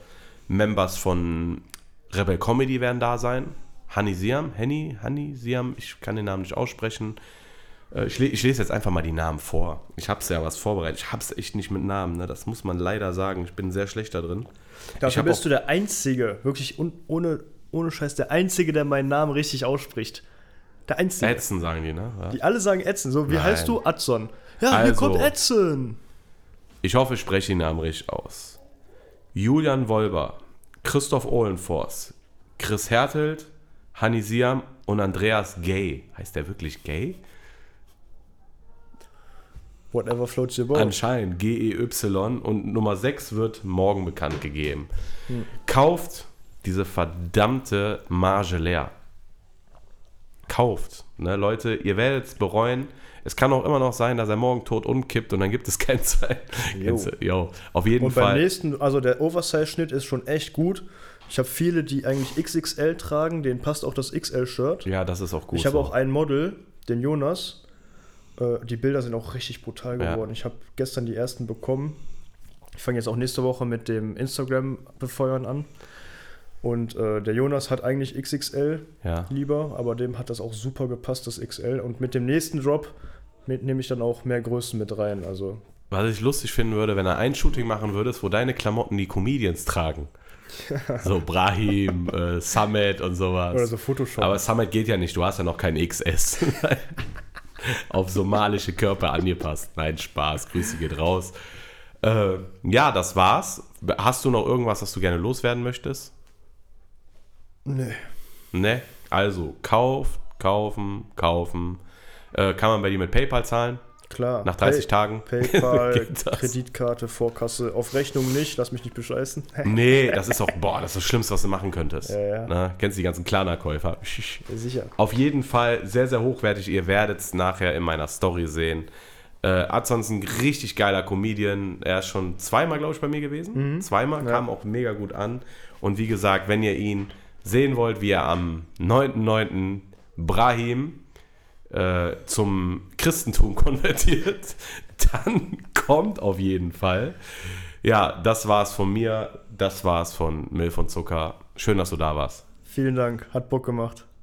Members von Rebel Comedy werden da sein. Hani Siam, Henny, Hani Siam, ich kann den Namen nicht aussprechen. Äh, ich, le- ich lese jetzt einfach mal die Namen vor. Ich habe ja was vorbereitet. Ich habe es echt nicht mit Namen, ne? Das muss man leider sagen. Ich bin sehr schlecht da drin. Dafür bist du der Einzige, wirklich un- ohne, ohne Scheiß, der Einzige, der meinen Namen richtig ausspricht. Der Einzige. Edson sagen die, ne? Ja. Die alle sagen Edson. So, wie Nein. heißt du? Adson. Ja, Also, hier kommt Edson. Ich hoffe, ich spreche den Namen richtig aus. Julian Wolber, Christoph Ohlenfors, Chris Hertelt, Hani Siam und Andreas Gay. Heißt der wirklich Gay? Whatever floats your boat. Anscheinend G E Y und Nummer sechs wird morgen bekannt gegeben. Hm. Kauft diese verdammte Marge leer. Kauft. Ne, Leute, ihr werdet es bereuen. Es kann auch immer noch sein, dass er morgen tot umkippt und dann gibt es kein Zeit. Jo, auf jeden und Fall. Und beim nächsten, also der Oversize-Schnitt ist schon echt gut. Ich habe viele, die eigentlich X X L tragen, denen passt auch das X L-Shirt. Ja, das ist auch gut. Ich habe so. auch ein Model, den Jonas. Äh, die Bilder sind auch richtig brutal geworden. Ja. Ich habe gestern die ersten bekommen. Ich fange jetzt auch nächste Woche mit dem Instagram-Befeuern an. Und äh, der Jonas hat eigentlich X X L ja. lieber, aber dem hat das auch super gepasst, das X L. Und mit dem nächsten Drop nehme ich dann auch mehr Größen mit rein. Also. Was ich lustig finden würde, wenn er ein Shooting machen würdest, wo deine Klamotten die Comedians tragen. So Brahim, äh, Summit und sowas. Oder so Photoshop. Aber Summit geht ja nicht, du hast ja noch kein X S. Auf somalische Körper angepasst. Nein, Spaß, Grüße geht raus. Äh, ja, das war's. Hast du noch irgendwas, was du gerne loswerden möchtest? Nee. Ne? Also, kauft, kaufen, kaufen. Äh, kann man bei dir mit PayPal zahlen? Klar. Nach dreißig Pay- Tagen? PayPal, Kreditkarte, Vorkasse, auf Rechnung nicht, lass mich nicht bescheißen. Nee, das ist auch, boah, das ist das Schlimmste, was du machen könntest. Ja, ja. Na, kennst du die ganzen Klarna-Käufer? Ja, sicher. Auf jeden Fall sehr, sehr hochwertig. Ihr werdet es nachher in meiner Story sehen. Äh, Adson ist ein richtig geiler Comedian. Er ist schon zweimal, glaube ich, bei mir gewesen. Mhm. Zweimal, ja. Kam auch mega gut an. Und wie gesagt, wenn ihr ihn sehen wollt, wie er am neunten neunten Brahim äh, zum Christentum konvertiert, dann kommt auf jeden Fall. Ja, das war's von mir. Das war's von Milf und Zucker. Schön, dass du da warst. Vielen Dank, hat Bock gemacht.